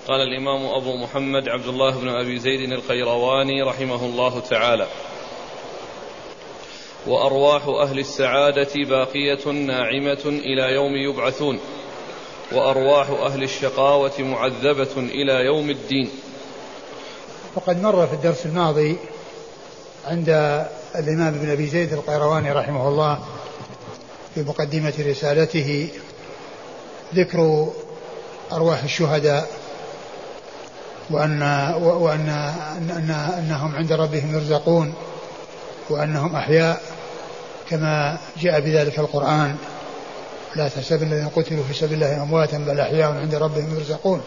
قال الإمام أبو محمد عبد الله بن أبي زيد القيرواني رحمه الله تعالى: وأرواح أهل السعادة باقية ناعمة إلى يوم يبعثون، وأرواح أهل الشقاوة معذبة إلى يوم الدين. وقد مر في الدرس الماضي عند الإمام ابن أبي زيد القيرواني رحمه الله في مقدمة رسالته ذكر أرواح الشهداء، وأنهم عند ربهم يرزقون، وأنهم أحياء كما جاء بذلك القرآن: لا تحسبن الذين قتلوا في سبيل الله أمواتا بل أحياء عند ربهم يرزقون.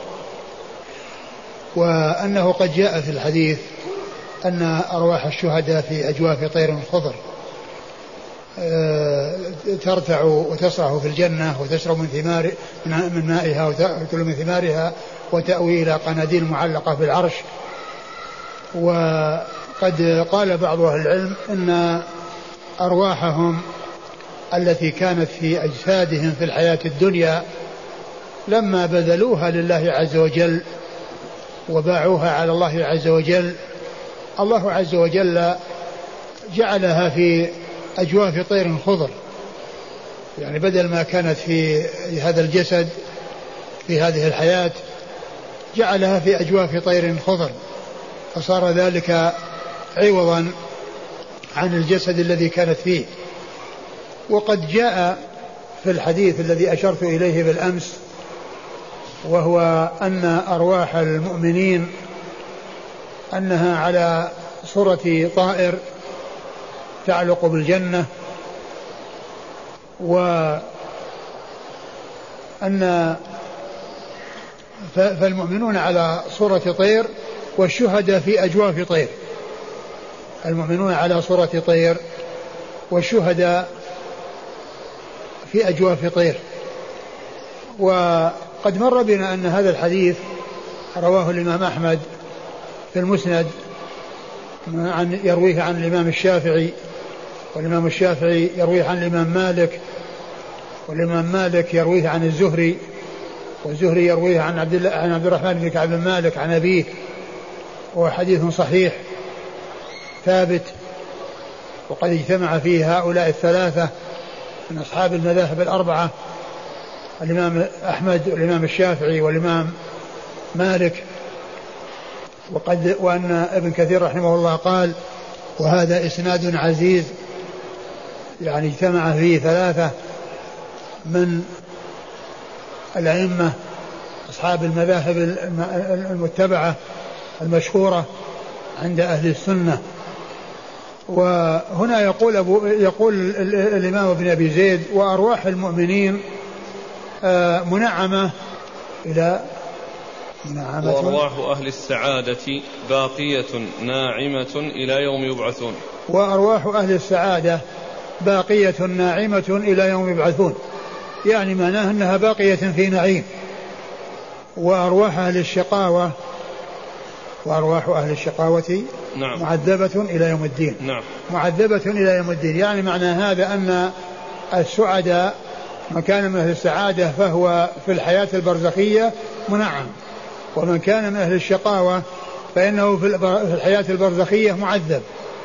وأنه قد جاء في الحديث أن أرواح الشهداء في أجواف طير خضر ترتع وتصرح في الجنة وتشرب من مائها وتأكل من ثمارها وتأوي إلى قناديل معلقة في العرش. وقد قال بعض أهل العلم إن أرواحهم التي كانت في أجسادهم في الحياة الدنيا لما بذلوها لله عز وجل وباعوها على الله عز وجل، الله عز وجل جعلها في أجواف طير خضر، يعني بدل ما كانت في هذا الجسد في هذه الحياة جعلها في أجواف طير خضر، فصار ذلك عوضا عن الجسد الذي كانت فيه. وقد جاء في الحديث الذي أشرت إليه بالأمس، وهو أن أرواح المؤمنين أنها على صورة طائر تعلق بالجنة، فالمؤمنون على صورة طير والشهداء في أجواف طير. المؤمنون على صورة طير والشهداء في أجواف طير. وقد مر بنا أن هذا الحديث رواه الإمام أحمد في المسند، يرويه عن الإمام الشافعي، والإمام الشافعي يرويه عن الإمام مالك، والإمام مالك يرويه عن الزهري، والزهري يرويه عن عبد الرحمن بن كعب بن مالك عن أبيه، وحديث صحيح ثابت. وقد اجتمع فيه هؤلاء الثلاثة من أصحاب المذاهب الأربعة: الإمام أحمد والإمام الشافعي والإمام مالك. وأن ابن كثير رحمه الله قال: وهذا إسناد عزيز، يعني اجتمع فيه ثلاثة من الأئمة أصحاب المذاهب المتبعة المشهورة عند أهل السنة. وهنا يقول الإمام ابن أبي زيد: وأرواح المؤمنين منعمة إلى وأرواح أهل السعادة باقية ناعمة إلى يوم يبعثون. وأرواح أهل السعادة باقية ناعمة إلى يوم يبعثون، يعني معناه أنها باقية في نعيم. وأرواح أهل الشقاوة نعم. معذبة إلى يوم الدين. نعم. معذبة إلى يوم الدين، يعني معنى هذا أن السعداء من كان من أهل السعادة فهو في الحياة البرزخية منعم، ومن كان من أهل الشقاوة فإنه في الحياة البرزخية معذب.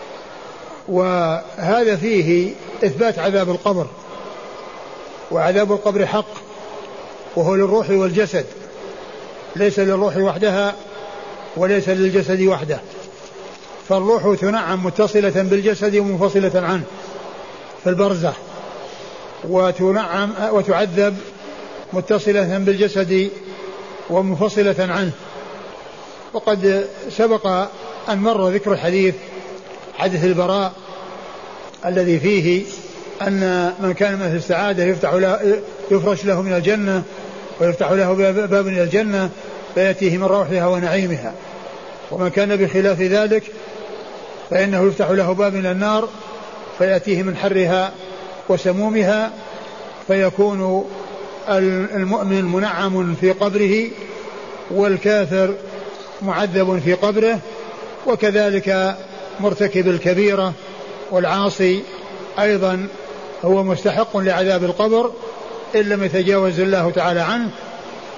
وهذا فيه إثبات عذاب القبر، وعذاب القبر حق، وهو للروح والجسد، ليس للروح وحدها وليس للجسد وحده. فالروح تنعم متصلة بالجسد ومنفصلة عنه في البرزخ، وتنعم وتعذب متصلة بالجسد ومنفصلة عنه. وقد سبق أن مر ذكر الحديث، حديث البراء الذي فيه أن من كان من أهل السعادة يفرش له من الجنة ويفتح له باب من الجنة فيأتيه من روحها ونعيمها، ومن كان بخلاف ذلك فإنه يفتح له باب من النار فيأتيه من حرها وسمومها، فيكون المؤمن منعم في قبره والكافر معذب في قبره، وكذلك مرتكب الكبيرة والعاصي أيضا هو مستحق لعذاب القبر إن لم يتجاوز الله تعالى عنه.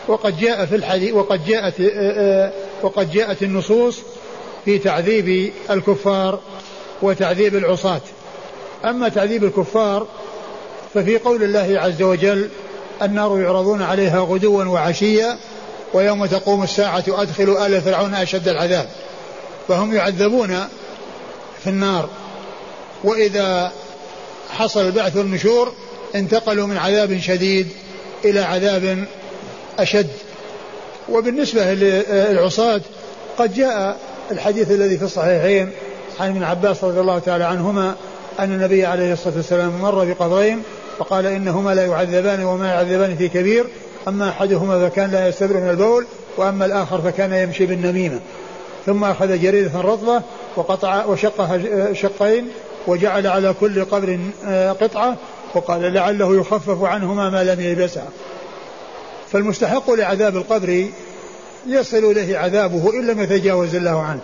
وقد جاءت النصوص في تعذيب الكفار وتعذيب العصاة. أما تعذيب الكفار ففي قول الله عز وجل: النار يعرضون عليها غدوا وعشيا ويوم تقوم الساعة أدخلوا آل فرعون أشد العذاب. فهم يعذبون في النار، وإذا حصل البعث والنشور انتقلوا من عذاب شديد إلى عذاب أشد. وبالنسبة للعصاة قد جاء الحديث الذي في الصحيحين عن ابن عباس رضي الله تعالى عنهما أن النبي عليه الصلاة والسلام مر بقبرين فقال: إنهما لا يعذبان وما يعذبان في كبير، أما أحدهما فكان لا يستبر من البول، وأما الآخر فكان يمشي بالنميمة. ثم أخذ جريدة رطبة وشقها شقين وجعل على كل قبر قطعة وقال: لعله يخفف عنهما ما لم يلبسها. فالمستحق لعذاب القبر يصل إليه عذابه إن لم يتجاوز الله عنه.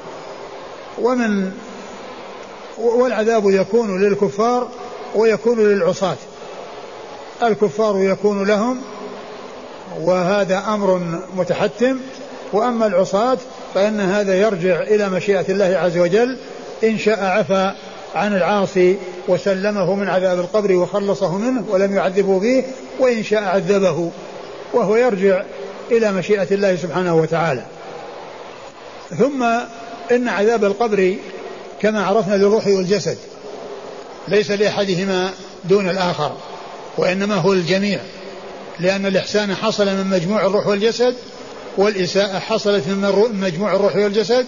والعذاب يكون للكفار ويكون للعصاة. الكفار يكون لهم وهذا أمر متحتم، وأما العصاة فإن هذا يرجع إلى مشيئة الله عز وجل، إن شاء عفى عن العاصي وسلمه من عذاب القبر وخلصه منه ولم يعذبه به، وإن شاء عذبه، وهو يرجع إلى مشيئة الله سبحانه وتعالى. ثم إن عذاب القبر كما عرفنا للروح والجسد، ليس لأحدهما دون الآخر، وإنما هو الجميع، لأن الإحسان حصل من مجموع الروح والجسد، والإساءة حصلت من مجموع الروح والجسد.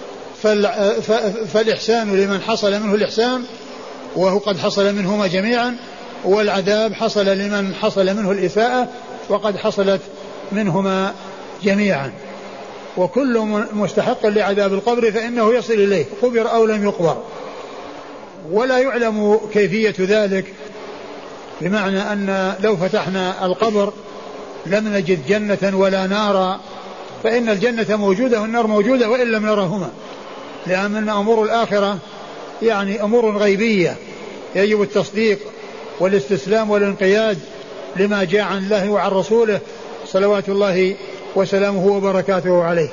فالإحسان لمن حصل منه الإحسان وهو قد حصل منهما جميعا، والعذاب حصل لمن حصل منه الإساءة وقد حصلت منهما جميعا. وكل مستحق لعذاب القبر فإنه يصل إليه قبر أو لم يقبر، ولا يعلم كيفية ذلك، بمعنى أن لو فتحنا القبر لم نجد جنة ولا نارا، فإن الجنة موجودة والنار موجودة وإن لم نرهما، لأن أمور الآخرة يعني أمور غيبية يجب التصديق والاستسلام والانقياد لما جاء عن الله وعن رسوله صلوات الله وسلامه وبركاته عليه.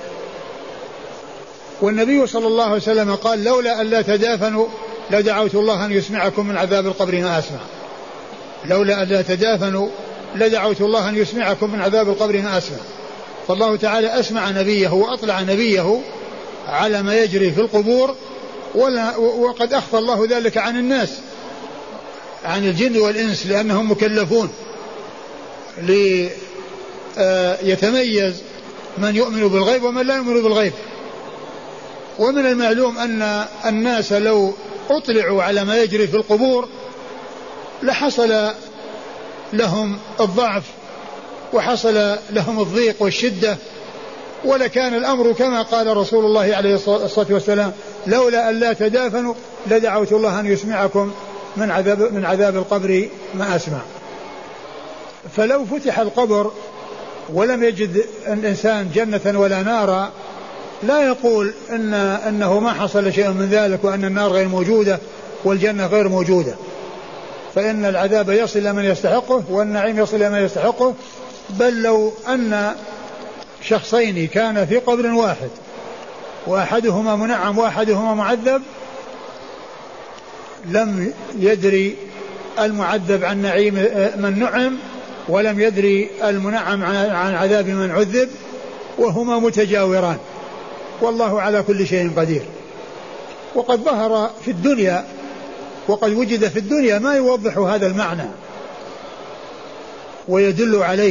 والنبي صلى الله عليه وسلم قال: لولا أن لا تدافنوا لدعوت الله أن يسمعكم من عذاب القبر ما أسمع. لولا أن لا تدافنوا لدعوت الله أن يسمعكم من عذاب القبر ما أسمع. فالله تعالى أسمع نبيه وأطلع نبيه على ما يجري في القبور، وقد أخفى الله ذلك عن الناس، عن الجن والإنس، لأنهم مكلفون ليتميز من يؤمن بالغيب ومن لا يؤمن بالغيب. ومن المعلوم أن الناس لو أطلعوا على ما يجري في القبور لحصل لهم الضعف وحصل لهم الضيق والشدة، ولكان الأمر كما قال رسول الله عليه الصلاة والسلام: لولا أن لا تدافنوا لدعوت الله أن يسمعكم من عذاب القبر ما أسمع. فلو فتح القبر ولم يجد الإنسان جنة ولا نارا لا يقول أنه ما حصل شيء من ذلك، وأن النار غير موجودة والجنة غير موجودة، فإن العذاب يصل إلى من يستحقه والنعيم يصل إلى من يستحقه. بل لو أن شخصين كان في قبر واحد وأحدهما منعم وأحدهما معذب، لم يدري المعذب عن نعيم من نعم، ولم يدري المنعم عن عذاب من عذب، وهما متجاوران، والله على كل شيء قدير. وقد ظهر في الدنيا وقد وجد في الدنيا ما يوضح هذا المعنى ويدل عليه،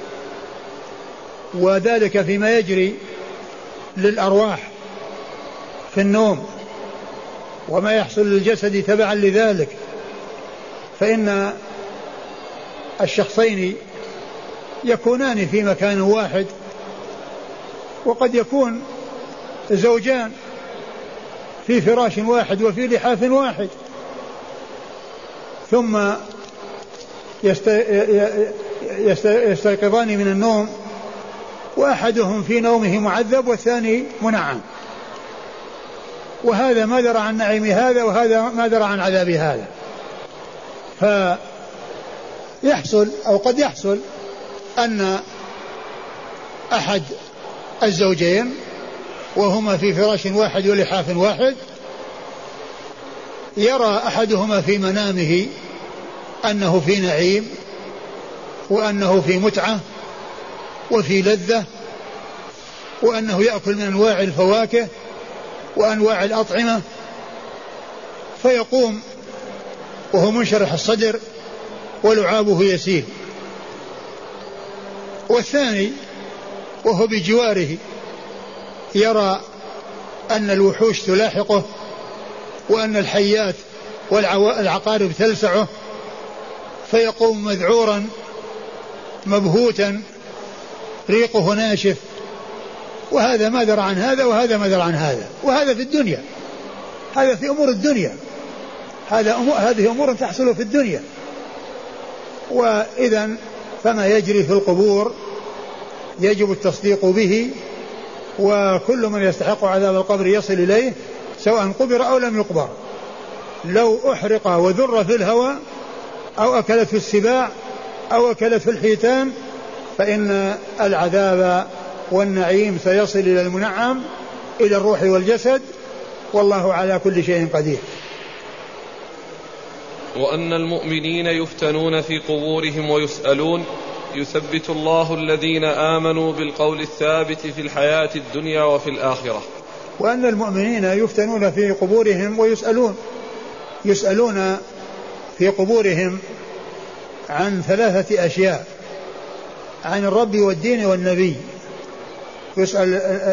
وذلك فيما يجري للأرواح في النوم وما يحصل للجسد تبعا لذلك. فإن الشخصين يكونان في مكان واحد، وقد يكون زوجان في فراش واحد وفي لحاف واحد، ثم يستيقظان من النوم وأحدهم في نومه معذب والثاني منعم، وهذا ما درى عن نعيم هذا وهذا ما درى عن عذاب هذا. فيحصل أو قد يحصل أن أحد الزوجين وهما في فراش واحد ولحاف واحد، يرى أحدهما في منامه أنه في نعيم وأنه في متعة وفي لذة، وأنه يأكل من أنواع الفواكه وأنواع الأطعمة، فيقوم وهو منشرح الصدر ولعابه يسيل. والثاني وهو بجواره يرى أن الوحوش تلاحقه وأن الحيات والعقارب تلسعه، فيقوم مذعورا مبهوتا ريقه ناشف. وهذا ما درى عن هذا وهذا ما درى عن هذا، وهذا في الدنيا، هذا في أمور الدنيا، هذه أمور تحصل في الدنيا. وإذن فما يجري في القبور يجب التصديق به، وكل من يستحق عذاب القبر يصل إليه سواء قبر أو لم يقبر، لو أحرق وذر في الهواء أو أكلت في السباع أو أكلت في الحيتان فإن العذاب والنعيم سيصل إلى المنعم، إلى الروح والجسد، والله على كل شيء قدير. وأن المؤمنين يفتنون في قبورهم ويسألون، يثبت الله الذين آمنوا بالقول الثابت في الحياة الدنيا وفي الآخرة. وأن المؤمنين يفتنون في قبورهم ويسألون، يسألون في قبورهم عن 3 أشياء: عن الرب والدين والنبي. يسأل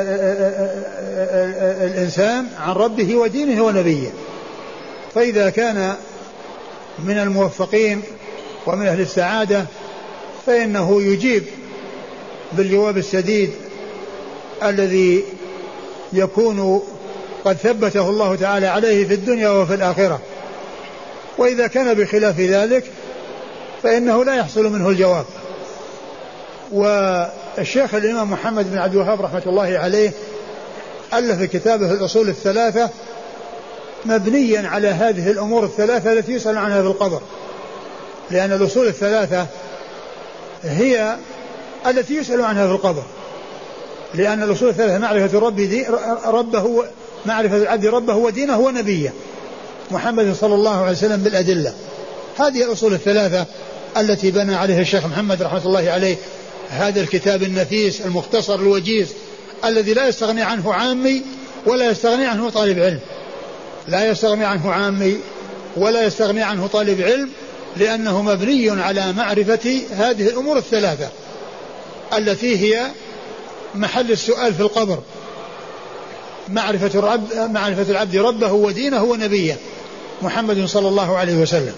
الإنسان عن ربه ودينه ونبيه، فإذا كان من الموفقين ومن أهل السعادة فإنه يجيب بالجواب السديد الذي يكون قد ثبته الله تعالى عليه في الدنيا وفي الآخرة. وإذا كان بخلاف ذلك فإنه لا يحصل منه الجواب. والشيخ الإمام محمد بن عبد الوهاب رحمة الله عليه ألف كتابه الأصول الثلاثة مبنيا على هذه الأمور الثلاثة التي يسأل عنها في القبر، لأن الأصول الثلاثة هي التي يسأل عنها في القبر، لأن الأصول الثلاثة معرفة العبد ربه ودينه ونبيه محمد صلى الله عليه وسلم بالأدلة. هذه الأصول الثلاثة التي بنى عليها الشيخ محمد رحمة الله عليه هذا الكتاب النفيس المختصر الوجيز الذي لا يستغني عنه عامي ولا يستغني عنه طالب علم، لا يستغني عنه عامي ولا يستغني عنه طالب علم، لأنه مبني على معرفة هذه الأمور الثلاثة التي هي محل السؤال في القبر: معرفة العبد ربه ودينه ونبيه محمد صلى الله عليه وسلم.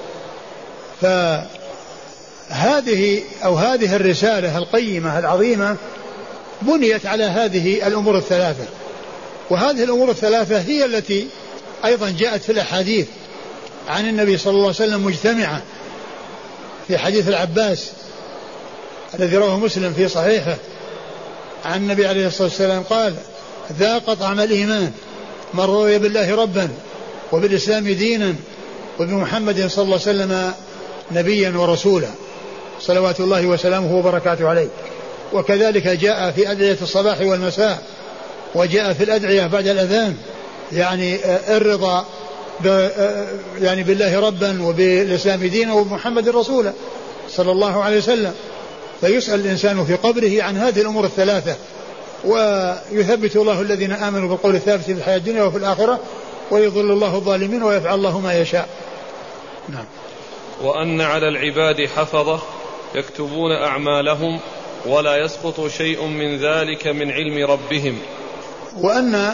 فهذه الرسالة القيمة العظيمة بنيت على هذه الأمور الثلاثة، وهذه الأمور الثلاثة هي التي أيضا جاءت في الأحاديث عن النبي صلى الله عليه وسلم مجتمعة. في حديث العباس الذي رواه مسلم في صحيحه عن النبي عليه الصلاة والسلام قال: ذاق طعم الإيمان من رضي بالله ربا وبالإسلام دينا وبمحمد صلى الله عليه وسلم نبيا ورسولا صلوات الله وسلامه وبركاته عليه. وكذلك جاء في أدعية الصباح والمساء، وجاء في الأدعية بعد الأذان، يعني الرضا يعني بالله ربا وبالإسلام دينا وبمحمد رسولا صلى الله عليه وسلم. فيسأل الإنسان في قبره عن هذه الأمور الثلاثة، ويثبت الله الذين آمنوا بالقول الثابت في الحياة الدنيا وفي الآخرة، ويضل الله الظالمين ويفعل الله ما يشاء. نعم. وأن على العباد حفظة يكتبون أعمالهم ولا يسقط شيء من ذلك من علم ربهم. وأن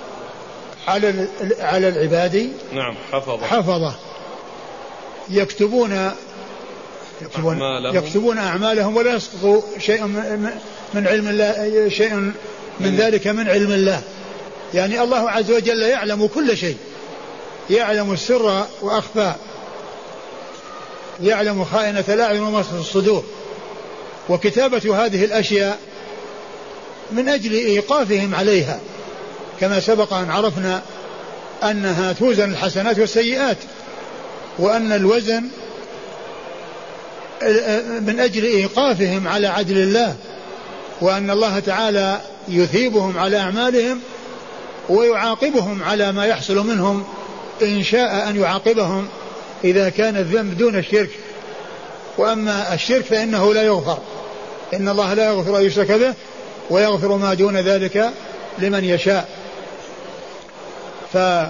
على العباد نعم حفظة يكتبون أعمالهم ولا يسقط شيء من علم الله، شيء من ذلك من علم الله. يعني الله عز وجل يعلم كل شيء، يعلم السر وأخفى، يعلم خائنة الأعين وما في الصدور. وكتابة هذه الأشياء من أجل إيقافهم عليها، كما سبق أن عرفنا أنها توزن الحسنات والسيئات، وأن الوزن من أجل إيقافهم على عدل الله وأن الله تعالى يثيبهم على أعمالهم ويعاقبهم على ما يحصل منهم إن شاء أن يعاقبهم إذا كان الذنب دون الشرك. وأما الشرك فإنه لا يغفر، إن الله لا يغفر أن يشرك به ويغفر ما دون ذلك لمن يشاء. فعلى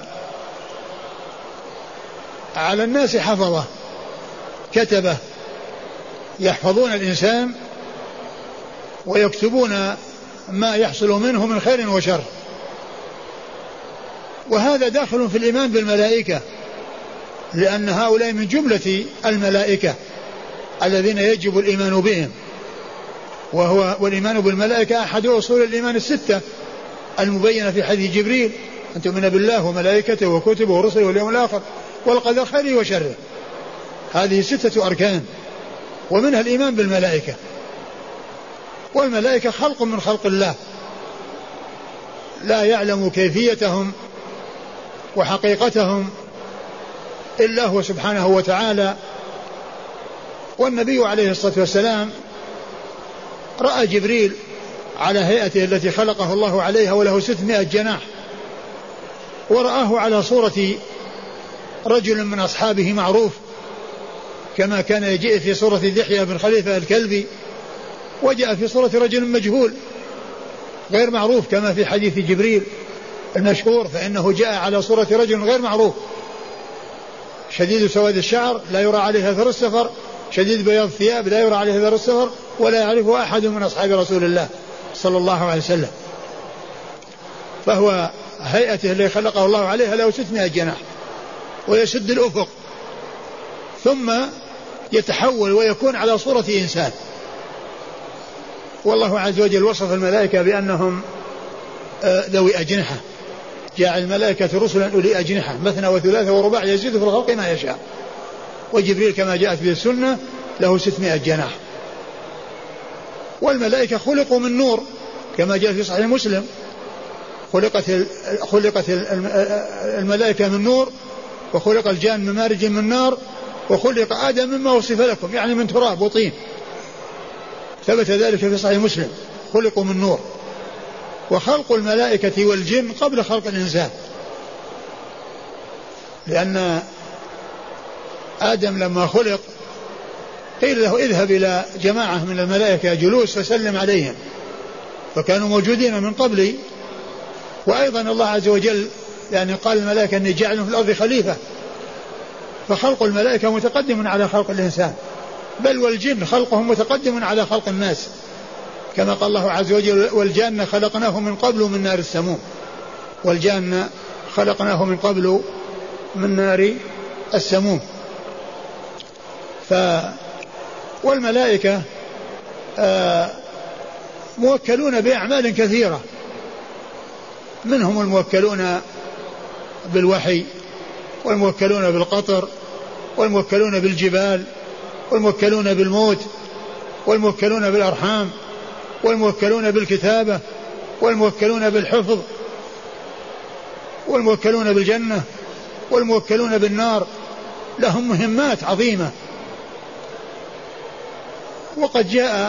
الناس حفظة كتبة يحفظون الإنسان ويكتبون ما يحصل منه من خير وشر، وهذا داخل في الإيمان بالملائكة، لأن هؤلاء من جملة الملائكة الذين يجب الإيمان بهم، والإيمان بالملائكة أحد أصول الإيمان الستة المبينة في حديث جبريل: أن تؤمن بالله وملائكته وكتبه ورسله واليوم الآخر والقدر خيره وشره. هذه 6 أركان، ومنها الإيمان بالملائكة. والملائكة خلق من خلق الله لا يعلم كيفيتهم وحقيقتهم إلا هو سبحانه وتعالى. والنبي عليه الصلاة والسلام رأى جبريل على هيئته التي خلقه الله عليها وله 600 جناح، ورآه على صورة رجل من أصحابه معروف كما كان يجيء في صورة دحية بن خليفة الكلبي، وجاء في صورة رجل مجهول غير معروف كما في حديث جبريل المشهور، فإنه جاء على صورة رجل غير معروف شديد سواد الشعر لا يرى عليه أثر السفر، شديد بياض الثياب لا يرى عليه أثر السفر، ولا يعرفه أحد من أصحاب رسول الله صلى الله عليه وسلم. فهو هيئته التي خلقه الله عليها له 600 جناح، ويسد الأفق ثم يتحول ويكون على صورة إنسان. والله عز وجل وصف الملائكة بأنهم ذوي أجنحة، جاء الملائكة رسلا أولي أجنحة مثنى وثلاثة ورباع يزيد في الخلق ما يشاء. وجبريل كما جاءت به السنة له 600 جناح. والملائكة خلقوا من نور كما جاء في صحيح مسلم: خلقت الملائكة من نور، وخلق الجان من مارج من نار، وخلق آدم مما وصف لكم يعني من تراب وطين. ثبت ذلك في صحيح مسلم، خلقوا من نور. وخلق الملائكة والجن قبل خلق الإنسان، لأن آدم لما خلق قيل له اذهب إلى جماعة من الملائكة جلوس فسلم عليهم، فكانوا موجودين من قبل. وأيضا الله عز وجل يعني قال الملائكة أني جاعل في الأرض خليفة، فخلق الملائكة متقدم على خلق الإنسان، بل والجن خلقهم متقدم على خلق الناس، كما قال الله عز وجل: والجان خلقناه من قبل من نار السموم. والجان خلقناه من قبل من نار السموم. والملائكة موكلون بأعمال كثيرة، منهم الموكلون بالوحي، والموكلون بالقطر، والموكلون بالجبال، والموكلون بالموت، والموكلون بالأرحام، والموكلون بالكتابة، والموكلون بالحفظ، والموكلون بالجنة، والموكلون بالنار. لهم مهمات عظيمة. وقد جاء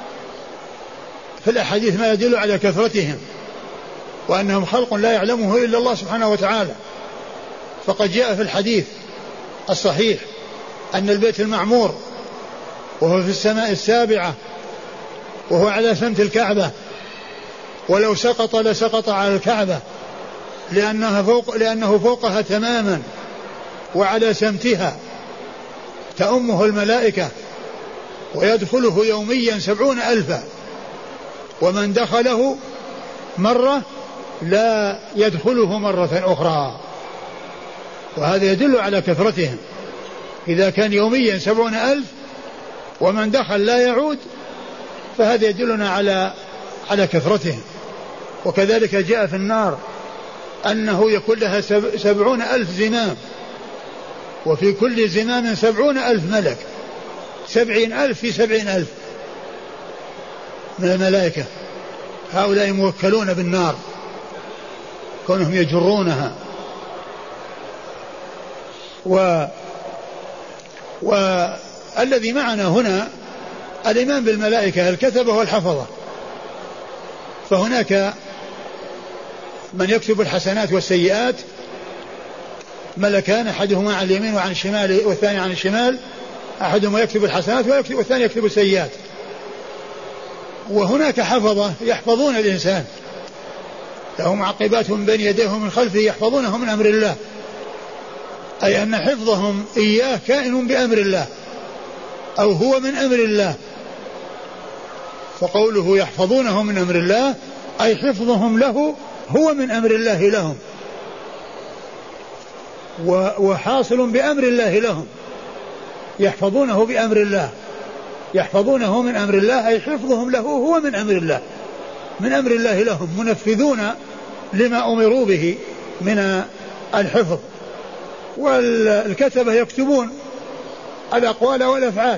في الأحاديث ما يدل على كثرتهم وأنهم خلق لا يعلمه إلا الله سبحانه وتعالى. فقد جاء في الحديث الصحيح أن البيت المعمور وهو في السماء السابعة وهو على سمت الكعبة، ولو سقط لسقط على الكعبة لأنه فوقها تماما وعلى سمتها، تأمه الملائكة، ويدخله يوميا 70,000، ومن دخله مرة لا يدخله مرة أخرى. وهذا يدل على كثرتهم. إذا كان يوميا 70,000 ومن دخل لا يعود، فهذا يدلنا على كثرتهم. وكذلك جاء في النار أنه يكون لها 70,000 زمام، وفي كل زمام 70,000 ملك، 70,000 في 70,000 من الملائكة. هؤلاء موكلون بالنار كونهم يجرونها. والذي معنا هنا الإيمان بالملائكة الكتبة والحفظة، فهناك من يكتب الحسنات والسيئات، ملكان أحدهما عن اليمين وعن الشمال والثاني عن الشمال، أحدهما يكتب الحسنات والثاني يكتب السيئات. وهناك حفظة يحفظون الإنسان، لهم معقبات من بين يديه ومن خلفه يحفظونه من أمر الله، أي أن حفظهم إياه كائن بأمر الله أو هو من أمر الله. فقوله يحفظونه من أمر الله أي حفظهم له هو من أمر الله لهم، وحاصل بأمر الله لهم، يحفظونه بأمر الله، يحفظونه من أمر الله أي حفظهم له هو من أمر الله، من أمر الله لهم، منفذون لما أمروا به من الحفظ. والكتبة يكتبون الأقوال والأفعال.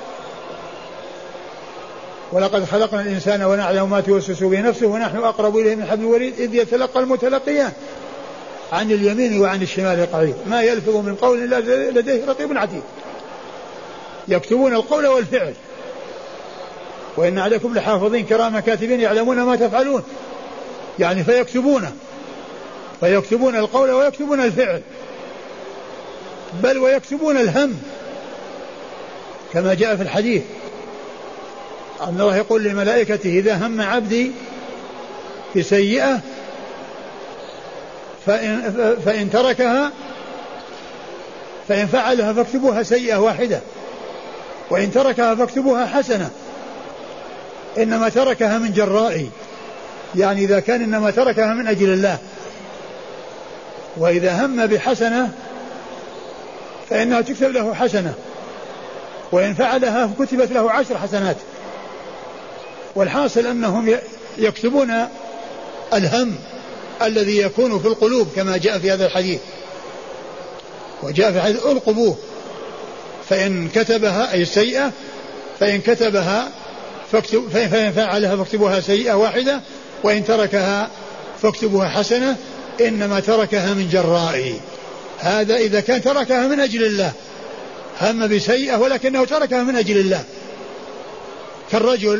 ولقد خلقنا الإنسان ونعلم ما توسوس به نفسه ونحن أقرب إليه من حبل الوريد إذ يتلقى المتلقيان عن اليمين وعن الشمال قعيد ما يلفظ من قول إلا لديه رقيب عتيد. يكتبون القول والفعل. وإن عليكم لحافظين كراما كاتبين يعلمون ما تفعلون، يعني فيكتبون القول ويكتبون الفعل، بل ويكتبون الهم كما جاء في الحديث أن الله يقول لملائكته إذا هم عبدي بسيئة فإن تركها فإن فعلها فاكتبوها سيئة واحدة، وإن تركها فاكتبوها حسنة، إنما تركها من جرائي، يعني إذا كان إنما تركها من أجل الله. وإذا هم بحسنة فإنها تكتب له حسنة، وإن فعلها فكتبت له 10 حسنات. والحاصل أنهم يكتبون الهم الذي يكون في القلوب كما جاء في هذا الحديث. وجاء في الحديث ألقبوه، فإن كتبها أي السيئة فإن كتبها فإن فعلها فاكتبوها سيئة واحدة، وإن تركها فاكتبوها حسنة، إنما تركها من جرائي. هذا إذا كان تركها من أجل الله، هم بسيئة ولكنه تركها من أجل الله، كالرجل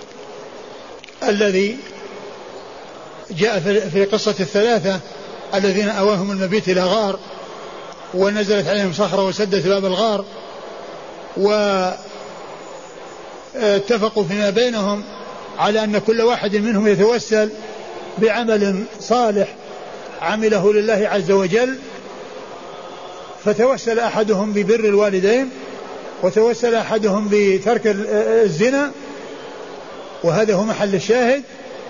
الذي جاء في قصة الثلاثة الذين أواهم المبيت إلى غار ونزلت عليهم صخرة وسدت باب الغار، واتفقوا فيما بينهم على أن كل واحد منهم يتوسل بعمل صالح عمله لله عز وجل. فتوسل أحدهم ببر الوالدين، وتوسل أحدهم بترك الزنا، وهذا هو محل الشاهد،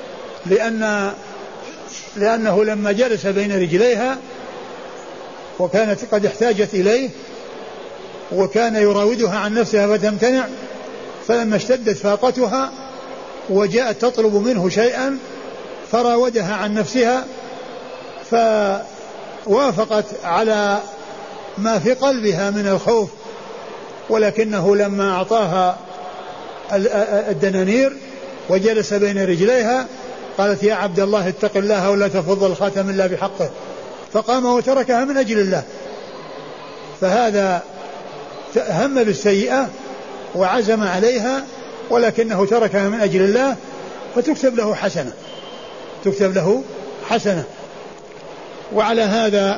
لأنه لما جلس بين رجليها وكانت قد احتاجت إليه وكان يراودها عن نفسها فتمتنع، فلما اشتدت فاقتها وجاءت تطلب منه شيئا فراودها عن نفسها، فوافقت على ما في قلبها من الخوف، ولكنه لما أعطاها الدنانير وجلس بين رجليها قالت يا عبد الله اتق الله ولا تفض الخاتم إلا بحقه، فقام وتركها من أجل الله. فهذا هم بالسيئة وعزم عليها ولكنه تركها من أجل الله، فتكتب له حسنة، تكتب له حسنة. وعلى هذا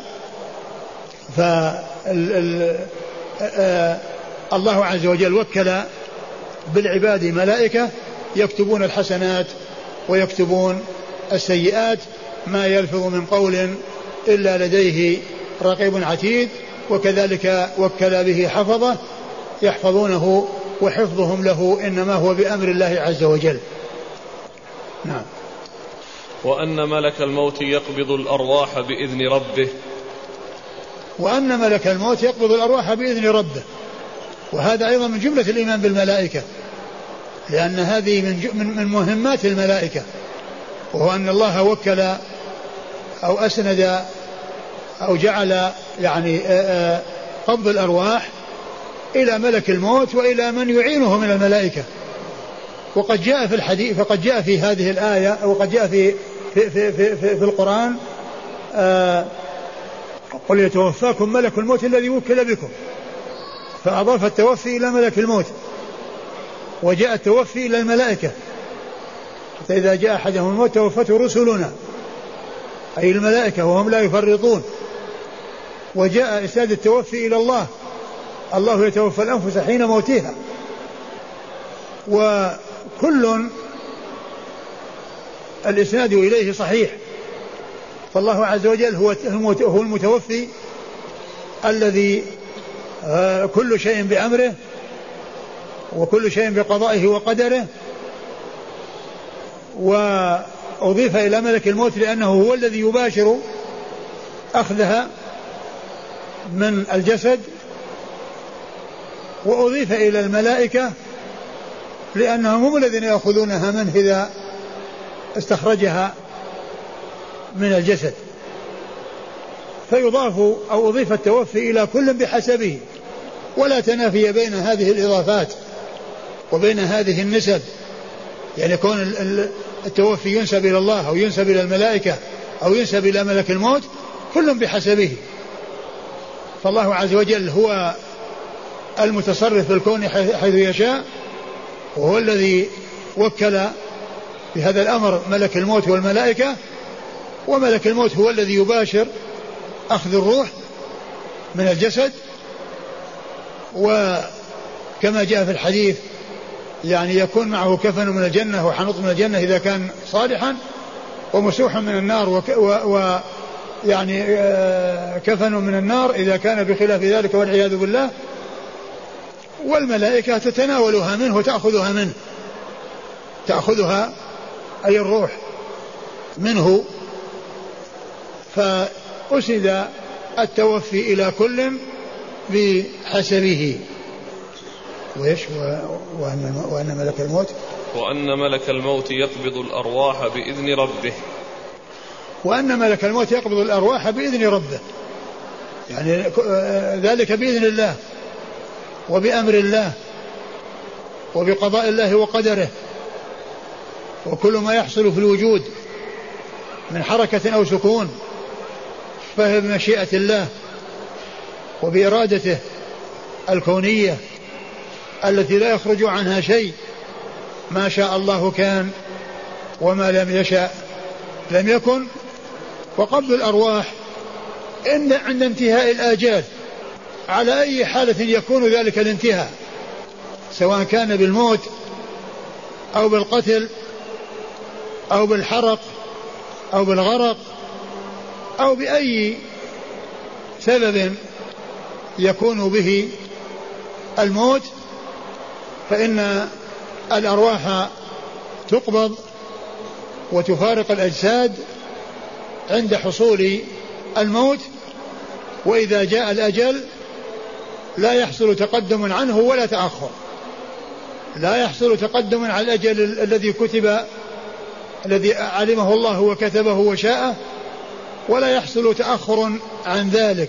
الله عز وجل وكل بالعباد ملائكة يكتبون الحسنات ويكتبون السيئات، ما يلفظ من قول إلا لديه رقيب عتيد. وكذلك وكل به حفظة يحفظونه، وحفظهم له إنما هو بأمر الله عز وجل. نعم. وأن ملك الموت يقبض الأرواح بإذن ربه. وأن ملك الموت يقبض الأرواح بإذن ربه، وهذا أيضا من جملة الإيمان بالملائكة، لأن هذه من مهمات الملائكة، وهو أن الله وكل أو أسند أو جعل يعني قبض الأرواح إلى ملك الموت وإلى من يعينه من الملائكة. وقد جاء في الحديث، فقد جاء في هذه الآية، وقد جاء في القرآن قل يتوفاكم ملك الموت الذي وكل بكم، فأضاف التوفي إلى ملك الموت، وجاء التوفي إلى الملائكة، حتى إذا جاء أحدهم الموت توفته رسلنا أي الملائكة وهم لا يفرطون. وجاء إسناد التوفي إلى الله، الله يتوفى الأنفس حين موتها. وكل الإسناد إليه صحيح، فالله عز وجل هو المتوفي الذي كل شيء بأمره وكل شيء بقضائه وقدره. وأضيف إلى ملك الموت لأنه هو الذي يباشر أخذها من الجسد، وأضيف إلى الملائكة لأنهم هم الذين يأخذونها منه إذا استخرجها من الجسد. فيضاف أو أضيف التوفي إلى كل بحسبه، ولا تنافي بين هذه الإضافات وبين هذه النسب، يعني كون التوفي ينسب إلى الله أو ينسب إلى الملائكة أو ينسب إلى ملك الموت كل بحسبه. فالله عز وجل هو المتصرف في الكون حيث يشاء، وهو الذي وكل بهذا الأمر ملك الموت والملائكة، وملك الموت هو الذي يباشر أخذ الروح من الجسد. وكما جاء في الحديث يعني يكون معه كفن من الجنة وحنوط من الجنة إذا كان صالحا، ومسوح من النار يعني كفن من النار إذا كان بخلاف ذلك والعياذ بالله. والملائكة تتناولها منه وتأخذها منه، تأخذها أي الروح منه. فأسد التوفي إلى كل بحسبه. وأن ملك الموت يقبض الأرواح بإذن ربه. وأن ملك الموت يقبض الأرواح بإذن ربه، يعني ذلك بإذن الله وبأمر الله وبقضاء الله وقدره. وكل ما يحصل في الوجود من حركة أو سكون فهي بمشيئة الله وبإرادته الكونية التي لا يخرج عنها شيء، ما شاء الله كان وما لم يشاء لم يكن. وقبض الأرواح إن عند انتهاء الآجال على أي حالة يكون ذلك الانتهاء، سواء كان بالموت أو بالقتل أو بالحرق أو بالغرق أو بأي سبب يكون به الموت، فإن الأرواح تقبض وتفارق الأجساد عند حصول الموت. وإذا جاء الأجل لا يحصل تقدم عنه ولا تأخر، لا يحصل تقدم على الأجل الذي كتب الذي علمه الله وكتبه وشاءه، ولا يحصل تأخر عن ذلك.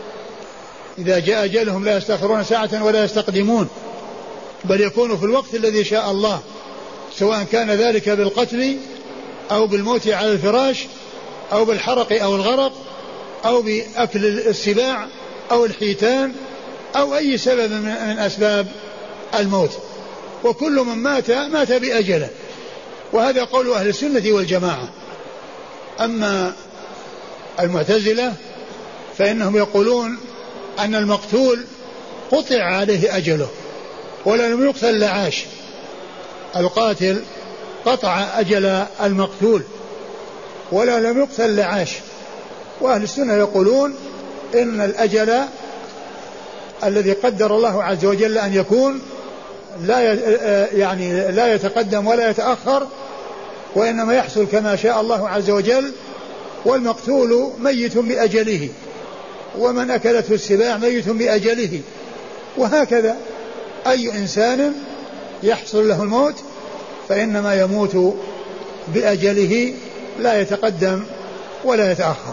إذا جاء أجلهم لا يستأخرون ساعة ولا يستقدمون، بل يكون في الوقت الذي شاء الله، سواء كان ذلك بالقتل أو بالموت على الفراش أو بالحرق أو الغرق أو بأكل السباع أو الحيتان أو أي سبب من أسباب الموت. وكل من مات بأجله، وهذا قول أهل السنة والجماعة. أما المعتزلة فإنهم يقولون أن المقتول قطع عليه أجله ولا لم يقتل لعاش، القاتل قطع أجل المقتول ولا لم يقتل لعاش. وأهل السنة يقولون إن الأجل الذي قدر الله عز وجل أن يكون لا يتقدم ولا يتأخر، وإنما يحصل كما شاء الله عز وجل. والمقتول ميت بأجله، ومن أكلته السباع ميت بأجله، وهكذا أي إنسان يحصل له الموت فإنما يموت بأجله، لا يتقدم ولا يتأخر.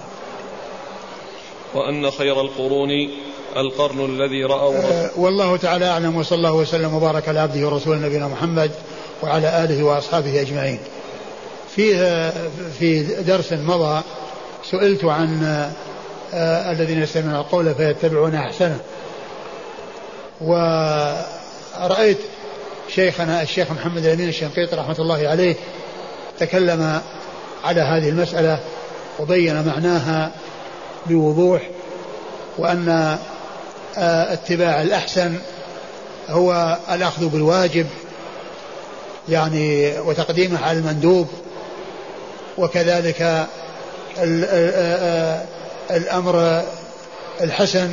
وأن خير القرون القرن الذي رأوا والله تعالى أعلم، وصلى الله وسلم وبارك على عبده ورسوله نبينا محمد وعلى آله وأصحابه أجمعين. في درس مضى سئلت عن الذين يستمعون القول فيتبعون أحسنه، ورأيت شيخنا الشيخ محمد الأمين الشنقيطي رحمة الله عليه تكلم على هذه المسألة وبين معناها بوضوح، وأن اتباع الأحسن هو الأخذ بالواجب يعني وتقديمه على المندوب، وكذلك الأمر الحسن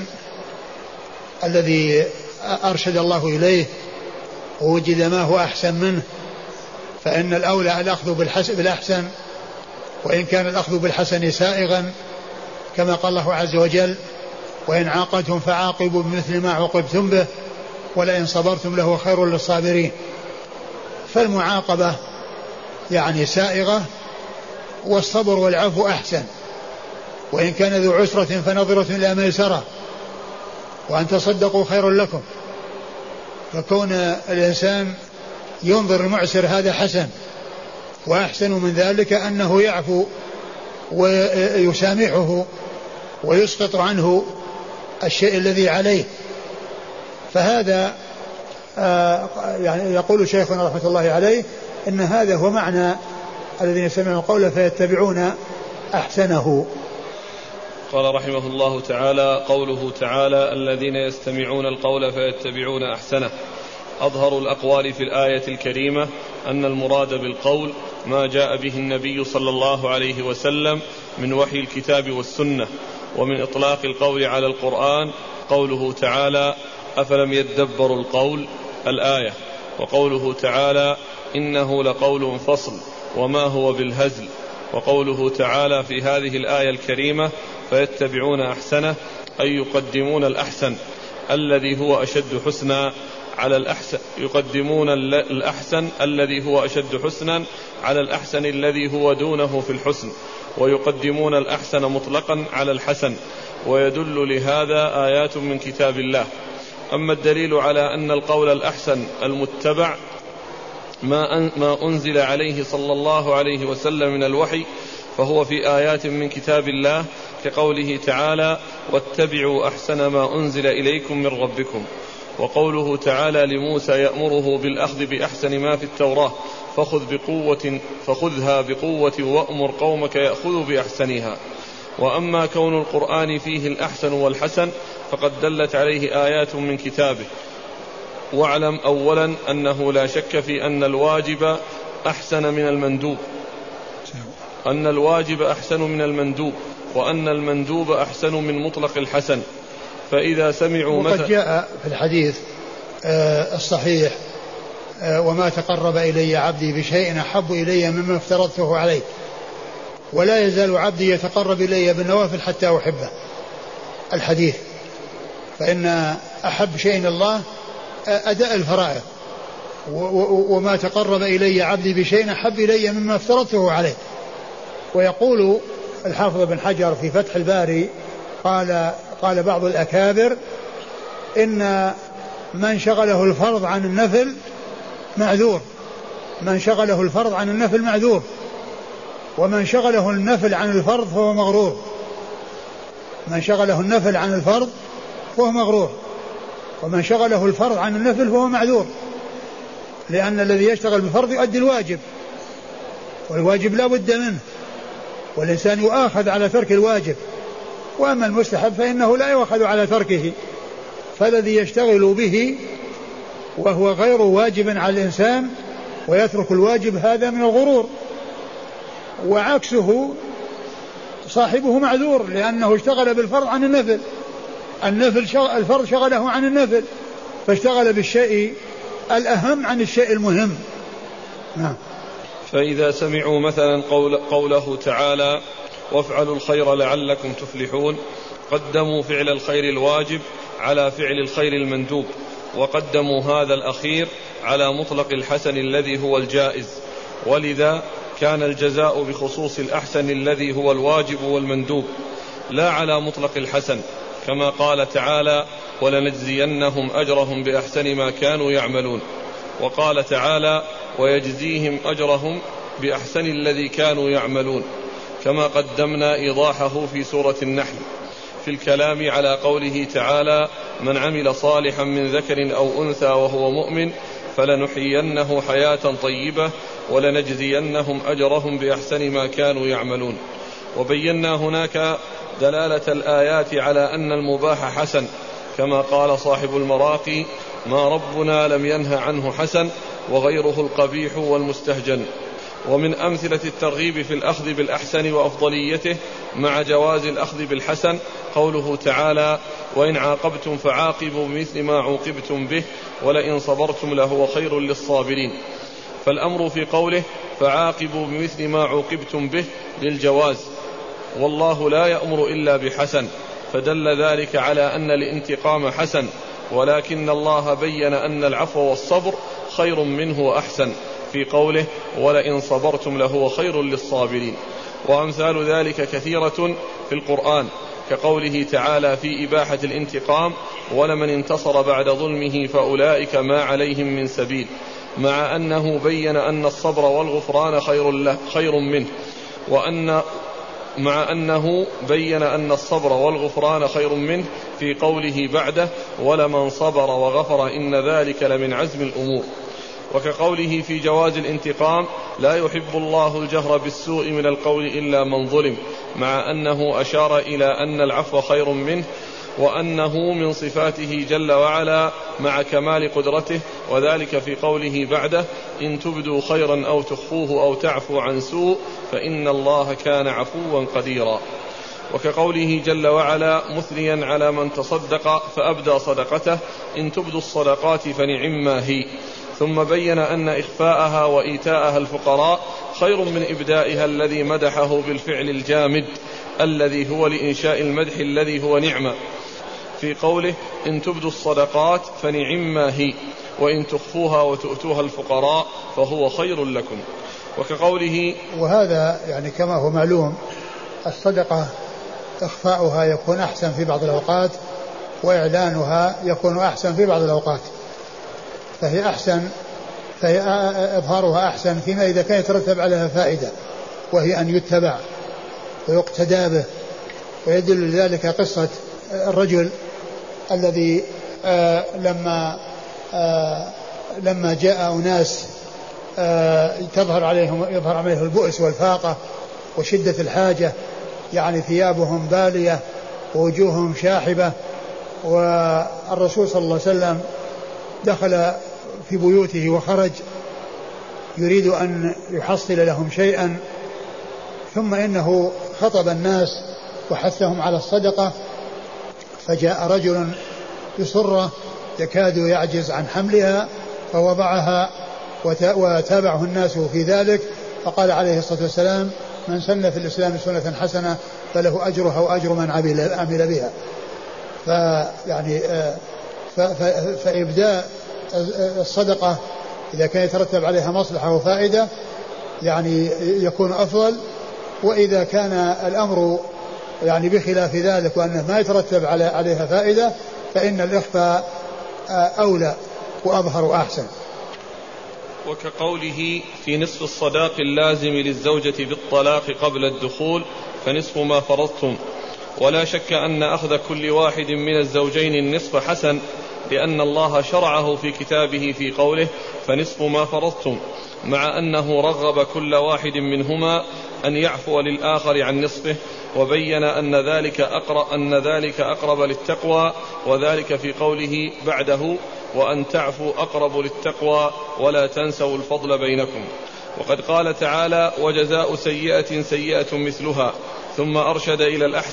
الذي أرشد الله إليه ووجد ما هو أحسن منه، فإن الأولى الأخذ بالأحسن، وإن كان الأخذ بالحسن سائغا كما قال الله عز وجل: وإن عاقبتم فعاقبوا بمثل ما عوقبتم به ولئن صبرتم لهو خير للصابرين. فالمعاقبة يعني سائغة، والصبر والعفو أحسن، وإن كان ذو عسرة فنظرة إلى ميسرة، وأن تصدقوا خير لكم. فكون الإنسان ينظر المعسر هذا حسن، وأحسن من ذلك أنه يعفو ويسامحه ويسقط عنه الشيء الذي عليه. فهذا يعني يقول شيخنا رحمة الله عليه إن هذا هو معنى الذين يستمعون القول فيتبعون أحسنه. قال رحمه الله تعالى: قوله تعالى: الذين يستمعون القول فيتبعون أحسنه. أظهر الأقوال في الآية الكريمة أن المراد بالقول ما جاء به النبي صلى الله عليه وسلم من وحي الكتاب والسنة. ومن إطلاق القول على القرآن قوله تعالى: أفلم يدبروا القول الآية. وقوله تعالى: إنه لقول فصل وما هو بالهزل. وقوله تعالى في هذه الآية الكريمة: فيتبعون أحسنه، أي يقدمون الأحسن الذي هو أشد حسنا على الأحسن، يقدمون الأحسن الذي هو أشد حسنا على الأحسن الذي هو دونه في الحسن، ويقدمون الأحسن مطلقا على الحسن. ويدل لهذا آيات من كتاب الله. أما الدليل على أن القول الأحسن المتبع ما أنزل عليه صلى الله عليه وسلم من الوحي فهو في آيات من كتاب الله، كقوله تعالى: واتبعوا أحسن ما أنزل إليكم من ربكم. وقوله تعالى لموسى يأمره بالأخذ بأحسن ما في التوراة فخذها بقوة وأمر قومك يأخذوا بأحسنها. وأما كون القرآن فيه الأحسن والحسن فقد دلت عليه آيات من كتابه. واعلم أولا أنه لا شك في أن الواجب أحسن من المندوب، وأن المندوب أحسن من مطلق الحسن. فإذا سمعوا وقد جاء في الحديث الصحيح: وما تقرب إلي عبدي بشيء أحب إلي مما افترضته عليه، ولا يزال عبدي يتقرب إلي بالنوافل حتى أحبه. الحديث. فإن أحب شيء إلى الله أداء الفرائض، وما تقرب إلي عبدي بشيء أحب إلي مما افترضته عليه. ويقول الحافظ بن حجر في فتح الباري قال بعض الأكابر: إن من شغله الفرض عن النفل معذور، من شغله الفرض عن النفل معذور، ومن شغله النفل عن الفرض فهو مغرور. من شغله النفل عن الفرض فهو مغرور، ومن شغله الفرض عن النفل فهو معذور، لأن الذي يشتغل بالفرض يؤدي الواجب، والواجب لا بد منه، والإنسان يؤاخذ على ترك الواجب. وأما المستحب فإنه لا يؤاخذ على تركه. فالذي يشتغل به وهو غير واجب على الإنسان ويترك الواجب هذا من الغرور. وعكسه صاحبه معذور، لأنه اشتغل بالفرض عن النفل، الفرض شغله عن النفل، فاشتغل بالشيء الأهم عن الشيء المهم. فإذا سمعوا مثلا قوله تعالى: وافعلوا الخير لعلكم تفلحون، قدموا فعل الخير الواجب على فعل الخير المندوب، وقدموا هذا الأخير على مطلق الحسن الذي هو الجائز. ولذا كان الجزاء بخصوص الأحسن الذي هو الواجب والمندوب، لا على مطلق الحسن، كما قال تعالى: ولنجزينهم أجرهم بأحسن ما كانوا يعملون. وقال تعالى: ويجزيهم أجرهم بأحسن الذي كانوا يعملون، كما قدمنا إيضاحه في سورة النحل في الكلام على قوله تعالى: من عمل صالحا من ذكر أو أنثى وهو مؤمن فلنحيينه حياة طيبة ولنجزينهم أجرهم بأحسن ما كانوا يعملون. وبينا هناك دلالة الآيات على أن المباح حسن، كما قال صاحب المراقي: ما ربنا لم ينه عنه حسن وغيره القبيح والمستهجن. ومن أمثلة الترغيب في الأخذ بالأحسن وأفضليته مع جواز الأخذ بالحسن قوله تعالى: وإن عاقبتم فعاقبوا بمثل ما عوقبتم به ولئن صبرتم لهو خير للصابرين. فالأمر في قوله فعاقبوا بمثل ما عوقبتم به للجواز، والله لا يأمر إلا بحسن، فدل ذلك على أن الانتقام حسن، ولكن الله بين أن العفو والصبر خير منه وأحسن في قوله ولئن صبرتم لهو خير للصابرين. وأمثال ذلك كثيرة في القرآن، كقوله تعالى في إباحة الانتقام: ولمن انتصر بعد ظلمه فأولئك ما عليهم من سبيل، مع أنه بين أن الصبر والغفران خير منه، مع أنه بين أن الصبر والغفران خير منه في قوله بعده: ولمن صبر وغفر إن ذلك لمن عزم الأمور. وكقوله في جواز الانتقام: لا يحب الله الجهر بالسوء من القول إلا من ظلم، مع أنه أشار إلى أن العفو خير منه، وأنه من صفاته جل وعلا مع كمال قدرته، وذلك في قوله بعده: إن تبدوا خيرا أو تخفوه أو تعفو عن سوء فإن الله كان عفوا قديرا. وكقوله جل وعلا مثنيا على من تصدق فأبدى صدقته: إن تبدوا الصدقات فنعما هي. ثم بين أن إخفاءها وإيتاءها الفقراء خير من إبدائها الذي مدحه بالفعل الجامد الذي هو لإنشاء المدح الذي هو نعمة، في قوله: إن تبدوا الصدقات فنعما هي، وإن تخفوها وتؤتوها الفقراء فهو خير لكم. وكقوله، وهذا يعني كما هو معلوم الصدقة إخفاؤها يكون أحسن في بعض الأوقات، وإعلانها يكون أحسن في بعض الأوقات، فهي إظهارها أحسن فيما إذا كان يترتب عليها فائدة، وهي أن يتبع ويقتدى به. ويدل لذلك قصة الرجل الذي لما جاء أناس يظهر عليهم البؤس والفاقة وشدة الحاجة، يعني ثيابهم بالية ووجوههم شاحبة، والرسول صلى الله عليه وسلم دخل في بيوته وخرج يريد أن يحصل لهم شيئا، ثم إنه خطب الناس وحثهم على الصدقة، فجاء رجل بسرة يكاد يعجز عن حملها فوضعها وتابعه الناس في ذلك، فقال عليه الصلاة والسلام: من سن في الإسلام سنة حسنة فله أجرها وأجر من عمل بها. فيعني فإبداء الصدقة إذا كان يترتب عليها مصلحة وفائدة يعني يكون أفضل، وإذا كان الأمر يعني بخلاف ذلك وأنه ما يترتب عليها فائدة فإن الإخفاء أولى وأظهر وأحسن. وكقوله في نصف الصداق اللازم للزوجة بالطلاق قبل الدخول فنصف ما فرضتم. ولا شك أن أخذ كل واحد من الزوجين النصف حسن، لأن الله شرعه في كتابه في قوله فنصف ما فرضتم، مع أنه رغب كل واحد منهما أن يعفو للآخر عن نصفه، وبين أن ذلك أقرب للتقوى، وذلك في قوله بعده: وأن تعفوا أقرب للتقوى ولا تنسوا الفضل بينكم. وقد قال تعالى: وجزاء سيئة سيئة مثلها، ثم أرشد